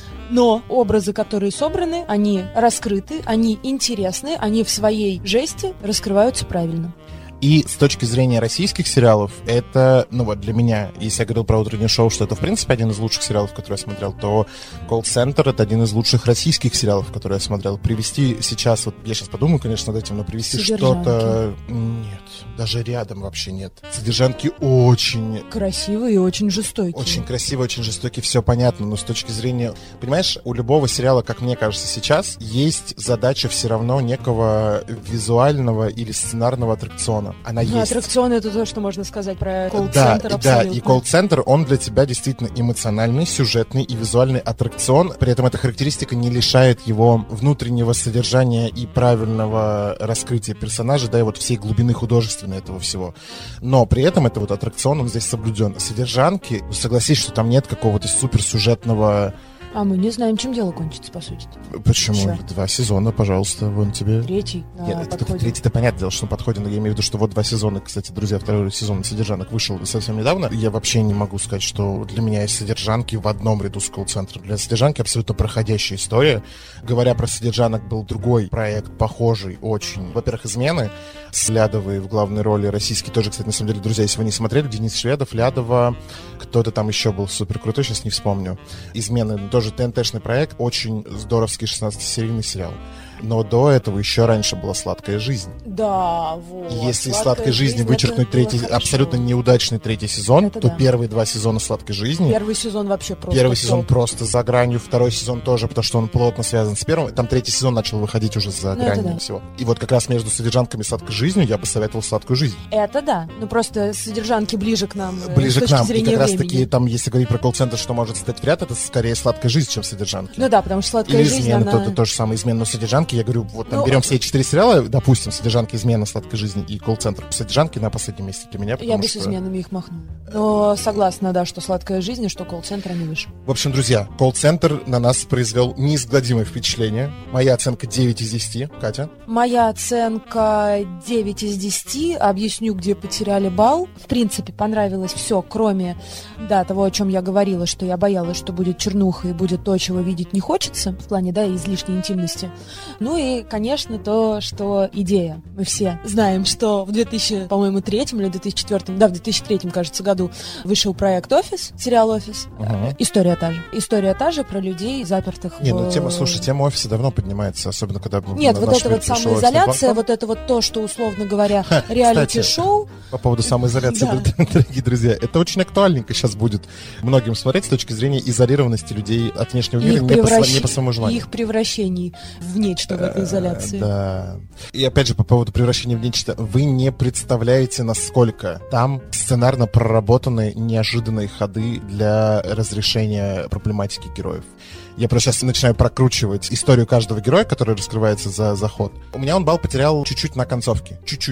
Но образы, которые собраны, они раскрыты, они интересны, они в своей жести раскрываются правильно. И с точки зрения российских сериалов, это, ну вот для меня, если я говорил про «Утреннее шоу», что это, в принципе, один из лучших сериалов, которые я смотрел, то «Колл-центр» — это один из лучших российских сериалов, которые я смотрел. Привести сейчас, вот я сейчас подумаю, конечно, над этим, но привести что-то... Нет, даже рядом вообще нет. «Содержанки» очень... Красивые и очень жестокие. Очень красивые, очень жестокие, все понятно, но с точки зрения... Понимаешь, у любого сериала, как мне кажется сейчас, есть задача все равно некого визуального или сценарного аттракциона. Она ну, есть. Аттракцион — это то, что можно сказать про колл-центр, да, абсолютно. Да, и колл-центр, он для тебя действительно эмоциональный, сюжетный и визуальный аттракцион. При этом эта характеристика не лишает его внутреннего содержания и правильного раскрытия персонажа, да, и вот всей глубины художественной этого всего. Но при этом это вот аттракцион, он здесь соблюден. Содержанки, согласись, что там нет какого-то суперсюжетного... А мы не знаем, чем дело кончится, по сути. Почему? Черт. Два сезона, пожалуйста, вон тебе. Третий на Нет, это, подходе. третий-то понятное дело, что на подходе, но я имею в виду, что вот два сезона, кстати, друзья, второй сезон «Содержанок» вышел совсем недавно. Я вообще не могу сказать, что для меня есть «Содержанки» в одном ряду с колл-центром. Для «Содержанки» абсолютно проходящая история. Говоря про «Содержанок», был другой проект, похожий очень. Во-первых, «Измены» с Лядовой в главной роли, российский тоже, кстати, на самом деле, друзья, если вы не смотрели, Денис Шведов, Лядова, кто-то там еще был супер крутой, сейчас не вспомню. «Измены» тоже ТНТ-шный проект, очень здоровский шестнадцатисерийный сериал. Но до этого еще раньше была «Сладкая жизнь». Да, вот. Если из «Сладкой жизни» вычеркнуть третий, абсолютно неудачный третий сезон, это то да. Первые два сезона «Сладкой жизни». Первый сезон вообще просто. Первый сезон топ. Просто за гранью, второй сезон тоже, потому что он плотно связан с первым. Там третий сезон начал выходить уже за ну, гранью да. всего. И вот как раз между «Содержанками» и «Сладкой жизнью» я бы советовал «Сладкую жизнь». Это да. Ну просто «Содержанки» ближе к нам. Ближе с к нам. И как раз времени. таки, там, если говорить про колл-центр, что может стать в ряд, это скорее «Сладкая жизнь», чем «Содержанки». Ну да, потому что «Сладкая Или жизнь», «Измены», она... то, то же самое «Измены», но «Содержанки», я говорю, вот там ну, берем все четыре сериала, допустим, «Содержанки», «Измена», «Сладкой жизни» и «Колл-центр». «Содержанки» на последнем месте для меня, Я бы что... с «Изменами» их махнула. Но согласна, да, что «Сладкая жизнь» и что «Колл-центр» они выше. В общем, друзья, «Колл-центр» на нас произвел неизгладимое впечатление. Моя оценка девять из десяти. Катя? Моя оценка девять из десяти. Объясню, где потеряли балл. В принципе, понравилось все, кроме, да, того, о чем я говорила, что я боялась, что будет чернуха и будет то, чего видеть не хочется, в плане, да, излишней интимности. Ну и, конечно, то, что идея. Мы все знаем, что в две тысячи, по-моему, третьем или две тысячи четвёртом, да, в две тысячи третьем, кажется, году вышел проект «Офис», сериал «Офис». Uh-huh. История та же. История та же про людей, запертых Не, в... ну тема, слушай, тема «Офиса» давно поднимается, особенно когда... Нет, вот это вот самоизоляция, вот это вот то, что, условно говоря, реалити-шоу. По поводу самоизоляции, дорогие друзья, это очень актуальненько сейчас будет многим смотреть с точки зрения изолированности людей от внешнего мира не по, не по своему желанию. Их превращений в нечто в этой изоляции. Да. И опять же, по поводу превращения в нечто, вы не представляете, насколько там сценарно проработаны неожиданные ходы для разрешения проблематики героев. Я просто сейчас начинаю прокручивать историю каждого героя, который раскрывается за заход. У меня он балл потерял чуть-чуть на концовке. Чуть-чуть.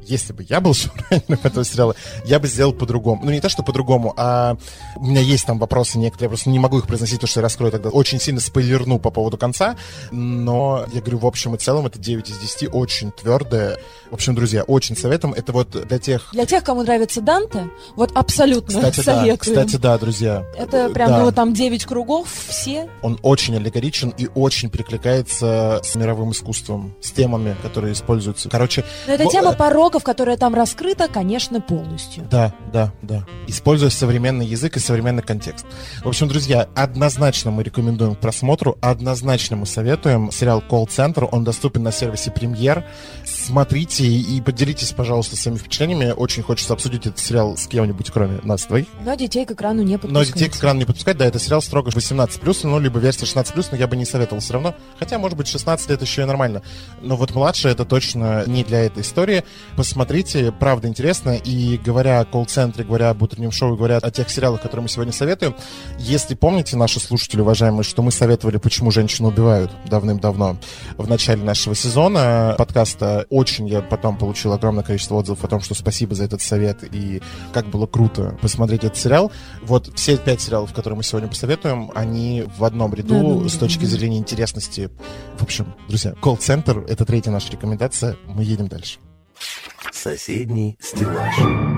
если бы я был шоураннером этого сериала, я бы сделал по-другому. Ну, не то, что по-другому, а у меня есть там вопросы некоторые, я просто не могу их произносить, потому что я раскрою тогда. Очень сильно спойлерну по поводу конца, но я говорю, в общем и целом, это девять из десяти, очень твердое. В общем, друзья, очень советуем. Это вот для тех... Для тех, кому нравится Данте, вот абсолютно кстати, советуем. Да, кстати, да, друзья. Это прям, да. ну, там девять кругов, все. Он очень аллегоричен и очень перекликается с мировым искусством, с темами, которые используются. Короче... Но эта бо... тема пороков, которая там раскрыта, конечно, полностью. Да, да, да. Используя современный язык и современный контекст. В общем, друзья, однозначно мы рекомендуем к просмотру, однозначно мы советуем сериал «Колл-центр». Он доступен на сервисе «Премьер». Смотрите и поделитесь, пожалуйста, своими впечатлениями. Очень хочется обсудить этот сериал с кем-нибудь, кроме нас двоих. Но детей к экрану не подпускать. Но детей к экрану не подпускать, да, это сериал строго восемнадцать плюс, ну, либо версия шестнадцать плюс, но я бы не советовал все равно. Хотя, может быть, шестнадцать лет еще и нормально. Но вот младше это точно не для этой истории. Посмотрите, правда интересно. И говоря о колл-центре, говоря об утреннем шоу, говоря о тех сериалах, которые мы сегодня советуем, если помните, наши слушатели, уважаемые, что мы советовали «Почему женщины убивают» давным-давно в начале нашего сезона подкаста, очень я потом получил огромное количество отзывов о том, что спасибо за этот совет и как было круто посмотреть этот сериал. Вот все пять сериалов, которые мы сегодня посоветуем, они в одном ряду с точки зрения интересности. В общем, друзья, колл-центр — это третья наша рекомендация. Мы едем дальше. Соседний стеллаж.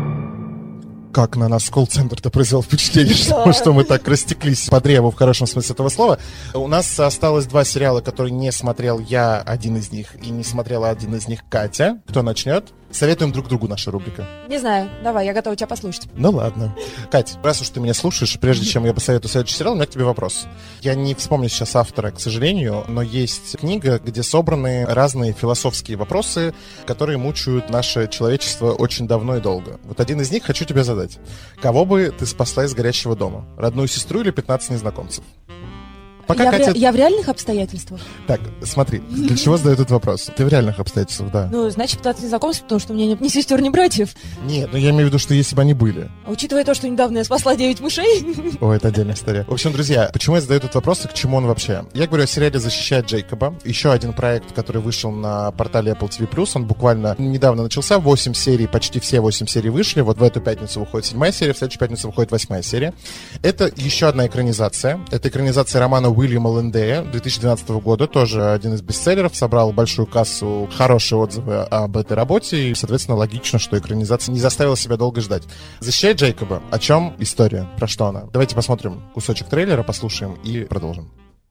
Как на нас колл-центр-то произвел впечатление, что, что мы так растеклись по древу в хорошем смысле этого слова. У нас осталось два сериала, которые не смотрел я, один из них, и не смотрела один из них Катя. Кто начнет? Советуем друг другу наша рубрика. Не знаю, давай, я готова тебя послушать. Ну ладно. Кать, раз уж ты меня слушаешь, прежде чем я посоветую следующий сериал, у меня к тебе вопрос. Я не вспомню сейчас автора, к сожалению, но есть книга, где собраны разные философские вопросы, которые мучают наше человечество очень давно и долго. Вот один из них хочу тебе задать. Кого бы ты спасла из горящего дома? Родную сестру или пятнадцать незнакомцев? Пока я, Катя... в ре... я в реальных обстоятельствах? Так, смотри, для чего задают этот вопрос? Ты в реальных обстоятельствах, да. Ну, значит, пытаться незнакомств, потому что у меня нет ни сестер, ни братьев. Нет, ну я имею в виду, что если бы они были. А учитывая то, что недавно я спасла девять мышей... О, это отдельная история. В общем, друзья, почему я задаю этот вопрос и к чему он вообще? Я говорю о сериале «Защищать Джейкоба». Еще один проект, который вышел на портале Apple ти ви плюс. Он буквально недавно начался. восемь серий, почти все восемь серий вышли. Вот в эту пятницу выходит седьмая серия, в следующую пятницу выходит восьмая серия. Это еще одна экранизация. Это экранизация романа Уильяма Лэндея две тысячи двенадцатого года, тоже один из бестселлеров, собрал большую кассу, хорошие отзывы об этой работе, и, соответственно, логично, что экранизация не заставила себя долго ждать. «Защищать Джейкоба». О чем история? Про что она? Давайте посмотрим кусочек трейлера, послушаем и продолжим.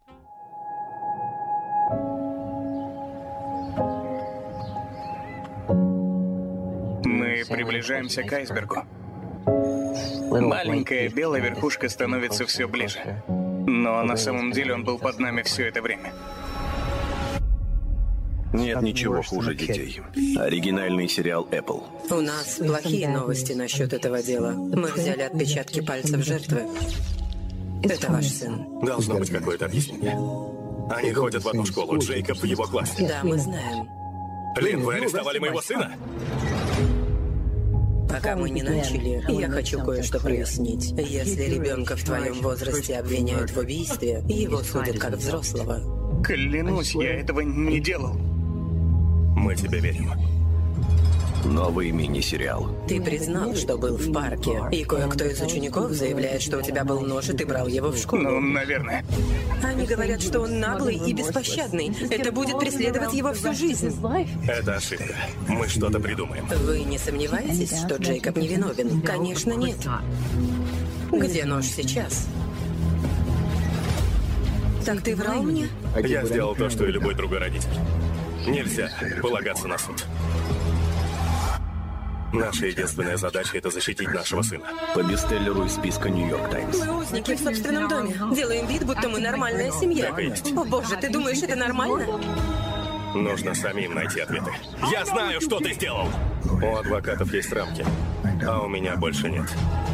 Мы приближаемся к айсбергу. Маленькая белая верхушка становится все ближе. Но на самом деле он был под нами все это время. Нет ничего хуже детей. Оригинальный сериал Apple. У нас плохие новости насчет этого дела. Мы взяли отпечатки пальцев жертвы. Это ваш сын. Должно быть какое-то объяснение. Они ходят в одну школу, Джейкоб в его классе. Да, мы знаем. Лин, вы арестовали моего сына? Пока мы не начали, я хочу кое-что прояснить. Если ребенка в твоем возрасте обвиняют в убийстве, его судят как взрослого. Клянусь, я этого не делал. Мы тебе верим. Новый мини-сериал. Ты признал, что был в парке, и кое-кто из учеников заявляет, что у тебя был нож, и ты брал его в школу. Ну, наверное. Они говорят, что он наглый и беспощадный. Это будет преследовать его всю жизнь. Это ошибка. Мы что-то придумаем. Вы не сомневаетесь, что Джейкоб невиновен? Конечно, нет. Где нож сейчас? Так ты врал мне? Я сделал то, что и любой другой родитель. Нельзя полагаться на суд. Наша единственная задача — это защитить нашего сына. По бестселлеру из списка «Нью-Йорк Таймс». Мы узники в собственном доме. Делаем вид, будто мы нормальная семья. Так и есть. О боже, ты думаешь, это нормально? Нужно самим найти ответы. Я знаю, что ты сделал! У адвокатов есть рамки, а у меня больше нет.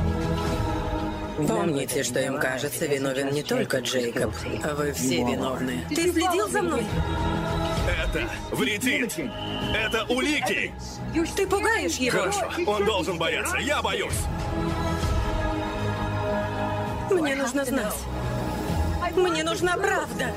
Помните, что им кажется, виновен не только Джейкоб, а вы все виновны. Ты следил за мной? Это вредит! Это улики! Ты пугаешь его? Хорошо, он должен бояться. Я боюсь! Мне нужно знать. Мне нужна правда.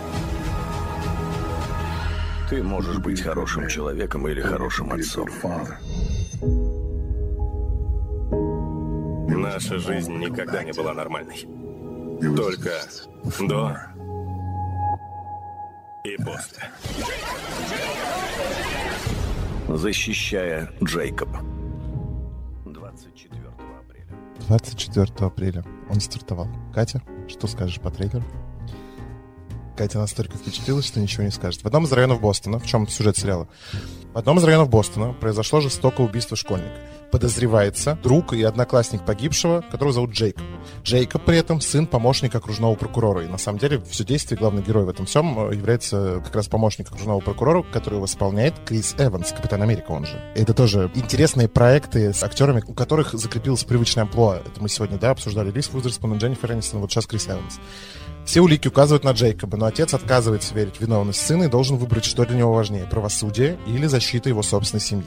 Ты можешь быть хорошим человеком или хорошим отцом. Наша жизнь никогда не была нормальной. Только до и после. Защищая Джейкоба. двадцать четвёртого апреля. двадцать четвёртого апреля он стартовал. Катя, что скажешь по трейлеру? Катя настолько впечатлилась, что ничего не скажет. В одном из районов Бостона, в чем сюжет сериала? В одном из районов Бостона произошло жестокое убийство школьника. Подозревается друг и одноклассник погибшего, которого зовут Джейкоб. Джейкоб при этом сын помощника окружного прокурора. И на самом деле все действие, главный герой в этом всем является как раз помощник окружного прокурора, который его исполняет Крис Эванс, Капитан Америка он же. Это тоже интересные проекты с актерами, у которых закрепилось привычное амплуа. Это мы сегодня, да, обсуждали Риз Уизерспун и Дженнифер Энистон, вот сейчас Крис Эванс. Все улики указывают на Джейкоба, но отец отказывается верить в виновность сына и должен выбрать, что для него важнее — правосудие или защита его собственной семьи.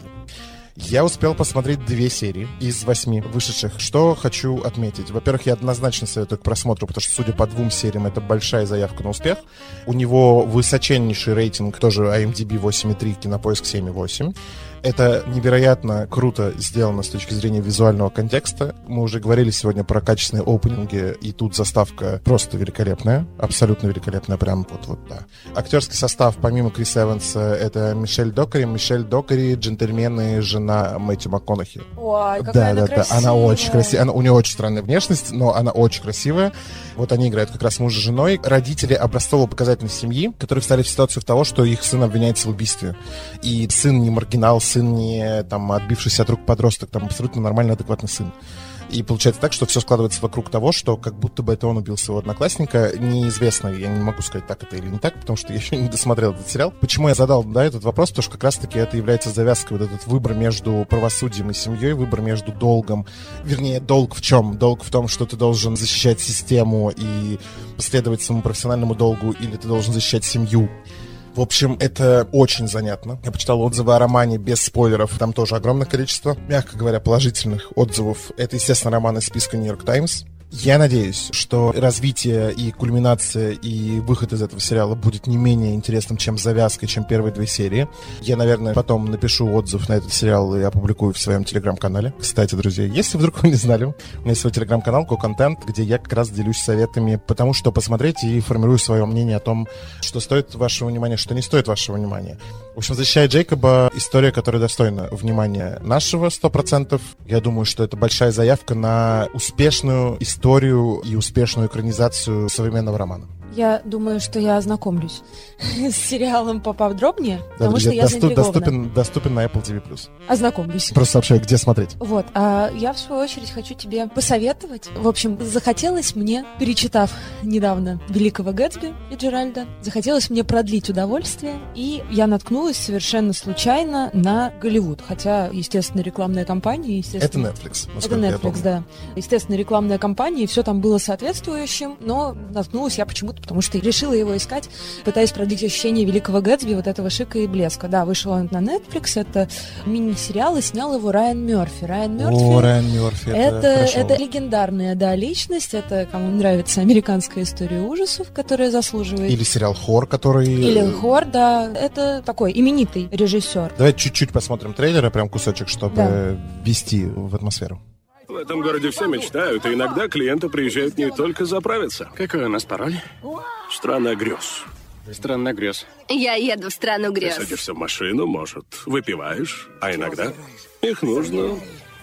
Я успел посмотреть две серии из восьми вышедших. Что хочу отметить? Во-первых, я однозначно советую к просмотру, потому что, судя по двум сериям, это большая заявка на успех. У него высочайший рейтинг, тоже ай эм ди би восемь и три, Кинопоиск семь и восемь. Это невероятно круто сделано с точки зрения визуального контекста. Мы уже говорили сегодня про качественные опенинги, и тут заставка просто великолепная, абсолютно великолепная, прям вот, вот, да. Актерский состав, помимо Криса Эванса, это Мишель Докари. Мишель Докари, джентльмены, жена Мэтью МакКонахи. Ой, какая да, она да, красивая. Да, она очень красивая. Она, у нее очень странная внешность, но она очень красивая. Вот они играют как раз муж с женой. Родители образцово-показательной семьи, которые встали в ситуацию того, что их сын обвиняется в убийстве. И сын не маргинал, сын не там отбившийся от рук подросток, там абсолютно нормальный, адекватный сын. И получается так, что все складывается вокруг того, что как будто бы это он убил своего одноклассника. Неизвестно, я не могу сказать, так это или не так, потому что я еще не досмотрел этот сериал. Почему я задал, да, этот вопрос? Потому что как раз-таки это является завязкой, вот этот выбор между правосудием и семьей, выбор между долгом. Вернее, долг в чем? Долг в том, что ты должен защищать систему и следовать своему профессиональному долгу, или ты должен защищать семью. В общем, это очень занятно. Я почитал отзывы о романе без спойлеров. Там тоже огромное количество, мягко говоря, положительных отзывов. Это, естественно, роман из списка Нью-Йорк Таймс. Я надеюсь, что развитие и кульминация и выход из этого сериала будет не менее интересным, чем завязка, чем первые две серии. Я, наверное, потом напишу отзыв на этот сериал и опубликую в своем телеграм-канале. Кстати, друзья, если вдруг вы не знали, у меня есть свой телеграм-канал «Ко-контент», где я как раз делюсь советами, потому что посмотреть и формирую свое мнение о том, что стоит вашего внимания, что не стоит вашего внимания. В общем, «Защищая Джейкоба» — история, которая достойна внимания нашего сто процентов. Я думаю, что это большая заявка на успешную историю историю и успешную экранизацию современного романа. Я думаю, что я ознакомлюсь с сериалом поподробнее, Да, потому друзья, что я доступ, заинтригована. доступен, доступен на Apple ти ви плюс. Ознакомлюсь. Просто сообщаю, где смотреть. Вот, а я в свою очередь хочу тебе посоветовать. В общем, захотелось мне, перечитав недавно «Великого Гэтсби» Фицджеральда, захотелось мне продлить удовольствие, и я наткнулась совершенно случайно на Голливуд. Хотя, естественно, рекламная кампания, естественно... Это Netflix. Это Netflix, да. Естественно, рекламная кампания, и все там было соответствующим, но наткнулась я почему-то, потому что решила его искать, пытаясь продлить ощущение Великого Гэтсби, вот этого шика и блеска. Да, вышел он на Netflix, это мини-сериал, и снял его Райан Мерфи. Райан Мерфи... О, Райан Мерфи, это, это, это легендарная, да, личность, это, кому нравится американская история ужасов, которая заслуживает... Или сериал «Хор», который... Или «Хор», да, это такой именитый режиссер. Давайте чуть-чуть посмотрим трейлеры, прям кусочек, чтобы Да. ввести в атмосферу. В этом городе все мечтают, и иногда клиенты приезжают не только заправиться. Какой у нас пароль? Страна грез. Страна грез. Я еду в страну Ты грез. садишься в машину, может, выпиваешь, а иногда их нужно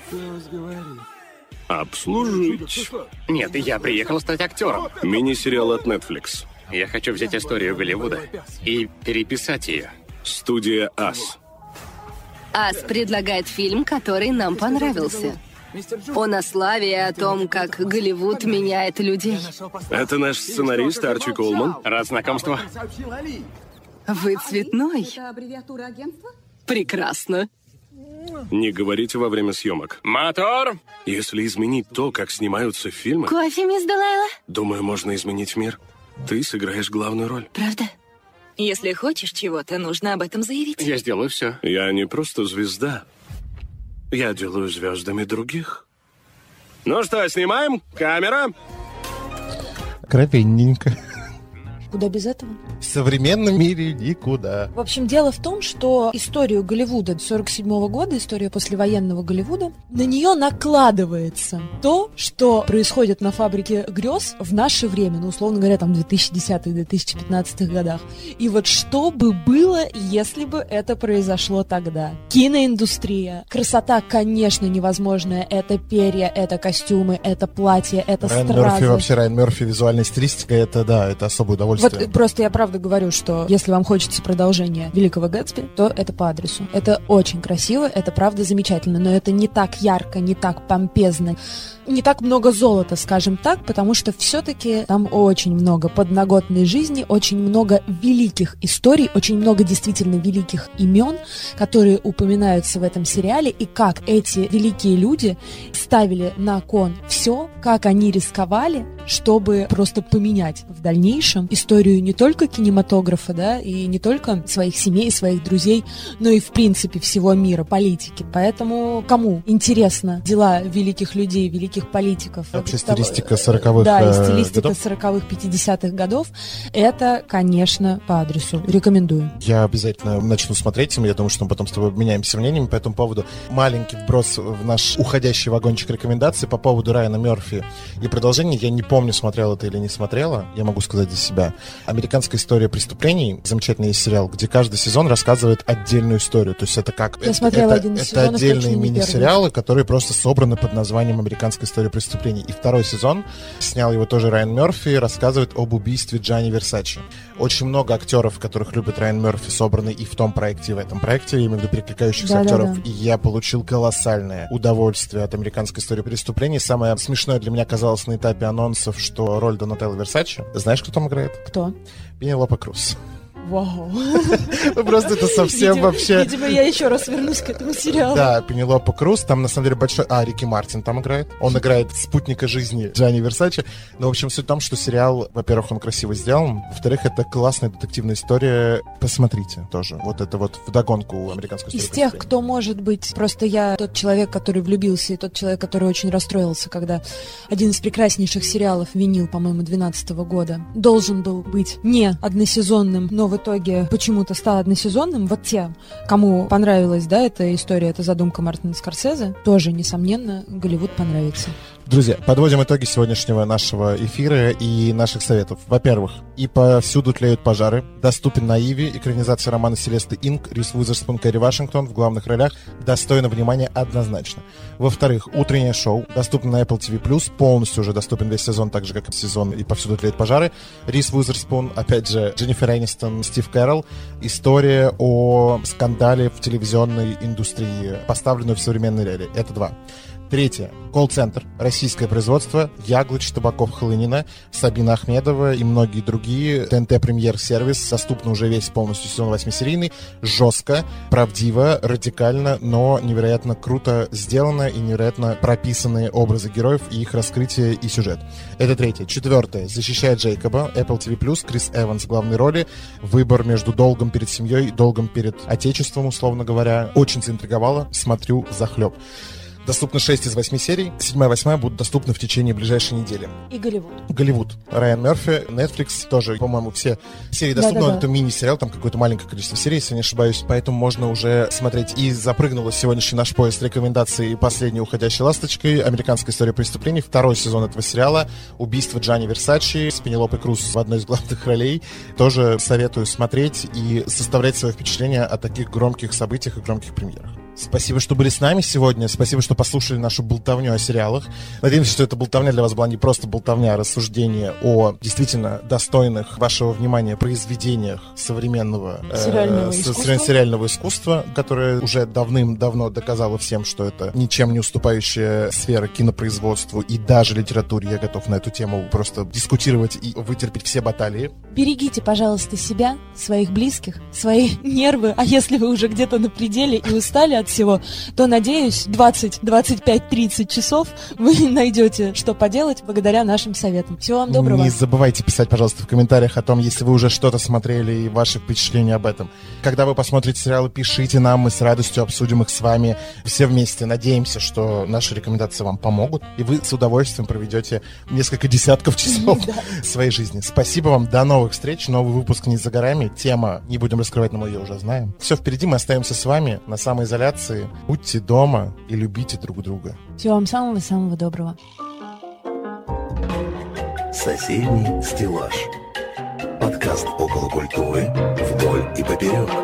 обслужить. Нет, я приехал стать актером. Мини-сериал от Netflix. Я хочу взять историю Голливуда и переписать ее. Студия Ас. Ас предлагает фильм, который нам понравился. Он о славе и о том, как Голливуд меняет людей. Это наш сценарист Арчи Колман. Рад знакомству. Вы цветной? Прекрасно. Не говорите во время съемок. Мотор! Если изменить то, как снимаются фильмы, Кофе, мисс Делайла? думаю, можно изменить мир. Ты сыграешь главную роль. Правда? Если хочешь чего-то, нужно об этом заявить. Я сделаю все. Я не просто звезда. Я делаю звездами других. Ну что, снимаем? Камера? Кровенненько. Куда без этого? В современном мире никуда. В общем, дело в том, что историю Голливуда сорок седьмого года, история послевоенного Голливуда, на нее накладывается то, что происходит на фабрике грез в наше время, ну, условно говоря, там, в две тысячи десятых - две тысячи пятнадцатых годах. И вот что бы было, если бы это произошло тогда? Киноиндустрия. Красота, конечно, невозможная. Это перья, это костюмы, это платья, это Райан стразы. Мерфи, вообще Райан Мерфи, визуальная стилистика, это, да, это особое удовольствие. Вот просто я правда говорю, что если вам хочется продолжения Великого Гэтсби, то это по адресу. Это очень красиво, это правда замечательно, но это не так ярко, не так помпезно, не так много золота, скажем так, потому что все-таки там очень много подноготной жизни, очень много великих историй, очень много действительно великих имен, которые упоминаются в этом сериале, и как эти великие люди ставили на кон все, как они рисковали, чтобы просто поменять в дальнейшем историю не только кинематографа, да, и не только своих семей, своих друзей, но и, в принципе, всего мира, политики. Поэтому кому интересно дела великих людей, великих политиков. Вообще стилистика сороковых Да, и э, стилистика годов. сороковых, пятидесятых годов. Это, конечно, по адресу. Рекомендую. Я обязательно начну смотреть, и я думаю, что мы потом с тобой обменяемся мнениями по этому поводу. Маленький вброс в наш уходящий вагончик рекомендаций по поводу Райана Мерфи и продолжения. Я не помню, смотрела ты или не смотрела, я могу сказать за себя. «Американская история преступлений», замечательный есть сериал, где каждый сезон рассказывает отдельную историю. То есть это как... Я это, смотрела это, один из это сезонов, отдельные точно не мини-сериалы, которые просто собраны под названием «Американская история преступлений». И второй сезон, снял его тоже Райан Мерфи, рассказывает об убийстве Джанни Версачи. Очень много актеров, которых любит Райан Мерфи, собраны и в том проекте, и в этом проекте, я имею в виду перекликающихся да, актеров. Да, да. И я получил колоссальное удовольствие от «Американской истории преступлений». Самое смешное для меня казалось на этапе анонсов, что роль Донателло Версачи. Знаешь, кто там играет? Кто? Пенелопа Круз. Вау. Просто это совсем видимо, вообще... Видимо, я еще раз вернусь к этому сериалу. Да, Пенелопа Круз, там на самом деле большой... А, Рики Мартин там играет. Он играет спутника жизни Джанни Версачи. Но, в общем, суть в том, что сериал, во-первых, он красиво сделан. Во-вторых, это классная детективная история. Посмотрите тоже. Вот это вот вдогонку «Американской истории». Из тех, кто, может быть... Просто я тот человек, который влюбился, и тот человек, который очень расстроился, когда один из прекраснейших сериалов «Винил», по-моему, двенадцатого года, должен был быть не односезонным, но в итоге почему-то стал односезонным. Вот те, кому понравилась, да, эта история, эта задумка Мартина Скорсезе, тоже, несомненно, Голливуд понравится. Друзья, подводим итоги сегодняшнего нашего эфира и наших советов. Во-первых, «И повсюду тлеют пожары». Доступен на Иви. Экранизация романа Селесты Инг. Рис Уизерспун, Кэрри Вашингтон в главных ролях. Достойно внимания однозначно. Во-вторых, «Утреннее шоу». Доступен на Apple ти ви плюс. Полностью уже доступен весь сезон, так же, как и сезон «И повсюду тлеют пожары». Рис Уизерспун, опять же, Дженнифер Энистон, Стив Кэрролл. История о скандале в телевизионной индустрии, поставленную в современной реалии. Это два. Третье. Колл-центр. Российское производство. Яглыч, Табаков, Хлынина, Сабина Ахмедова и многие другие. ТНТ премьер-сервис. Доступно уже весь полностью сезон восьмисерийный. Жестко, правдиво, радикально, но невероятно круто сделано и невероятно прописанные образы героев и их раскрытие и сюжет. Это третье. Четвертое. «Защищая Джейкоба». Apple ти ви плюс. Крис Эванс в главной роли. Выбор между долгом перед семьей и долгом перед отечеством, условно говоря. Очень заинтриговало. Смотрю захлеб. Доступно шесть из восьми серий. Седьмая и восьмая будут доступны в течение ближайшей недели. И Голливуд. Голливуд. Райан Мерфи, Netflix тоже, по-моему, все серии доступны. Да-да-да. Это мини-сериал, там какое-то маленькое количество серий, если не ошибаюсь. Поэтому можно уже смотреть. И запрыгнула сегодняшний наш поезд рекомендаций последней уходящей ласточкой. «Американская история преступлений». Второй сезон этого сериала. «Убийство Джанни Версачи» с Пенелопой Круз в одной из главных ролей. Тоже советую смотреть и составлять свои впечатления о таких громких событиях и громких премьерах. Спасибо, что были с нами сегодня. Спасибо, что послушали нашу болтовню о сериалах. Надеемся, что эта болтовня для вас была не просто болтовня, а рассуждение о действительно достойных вашего внимания произведениях современного сериального, э, искусства. сериального искусства, которое уже давным-давно доказало всем, что это ничем не уступающая сфера кинопроизводству и даже литературе. Я готов на эту тему просто дискутировать и вытерпеть все баталии. Берегите, пожалуйста, себя, своих близких, свои нервы. А если вы уже где-то на пределе и устали от всего, то, надеюсь, двадцать, двадцать пять, тридцать часов вы найдете, что поделать благодаря нашим советам. Всего вам доброго. Не забывайте писать, пожалуйста, в комментариях о том, если вы уже что-то смотрели и ваши впечатления об этом. Когда вы посмотрите сериалы, пишите нам, мы с радостью обсудим их с вами все вместе. Надеемся, что наши рекомендации вам помогут, и вы с удовольствием проведете несколько десятков часов своей жизни. Спасибо вам, до новых встреч, новый выпуск не за горами, тема не будем раскрывать, но мы ее уже знаем. Все впереди, мы остаемся с вами на самоизоляции. Будьте дома и любите друг друга. Всего вам самого-самого доброго. Соседний стеллаж. Подкаст около культуры вдоль и поперек.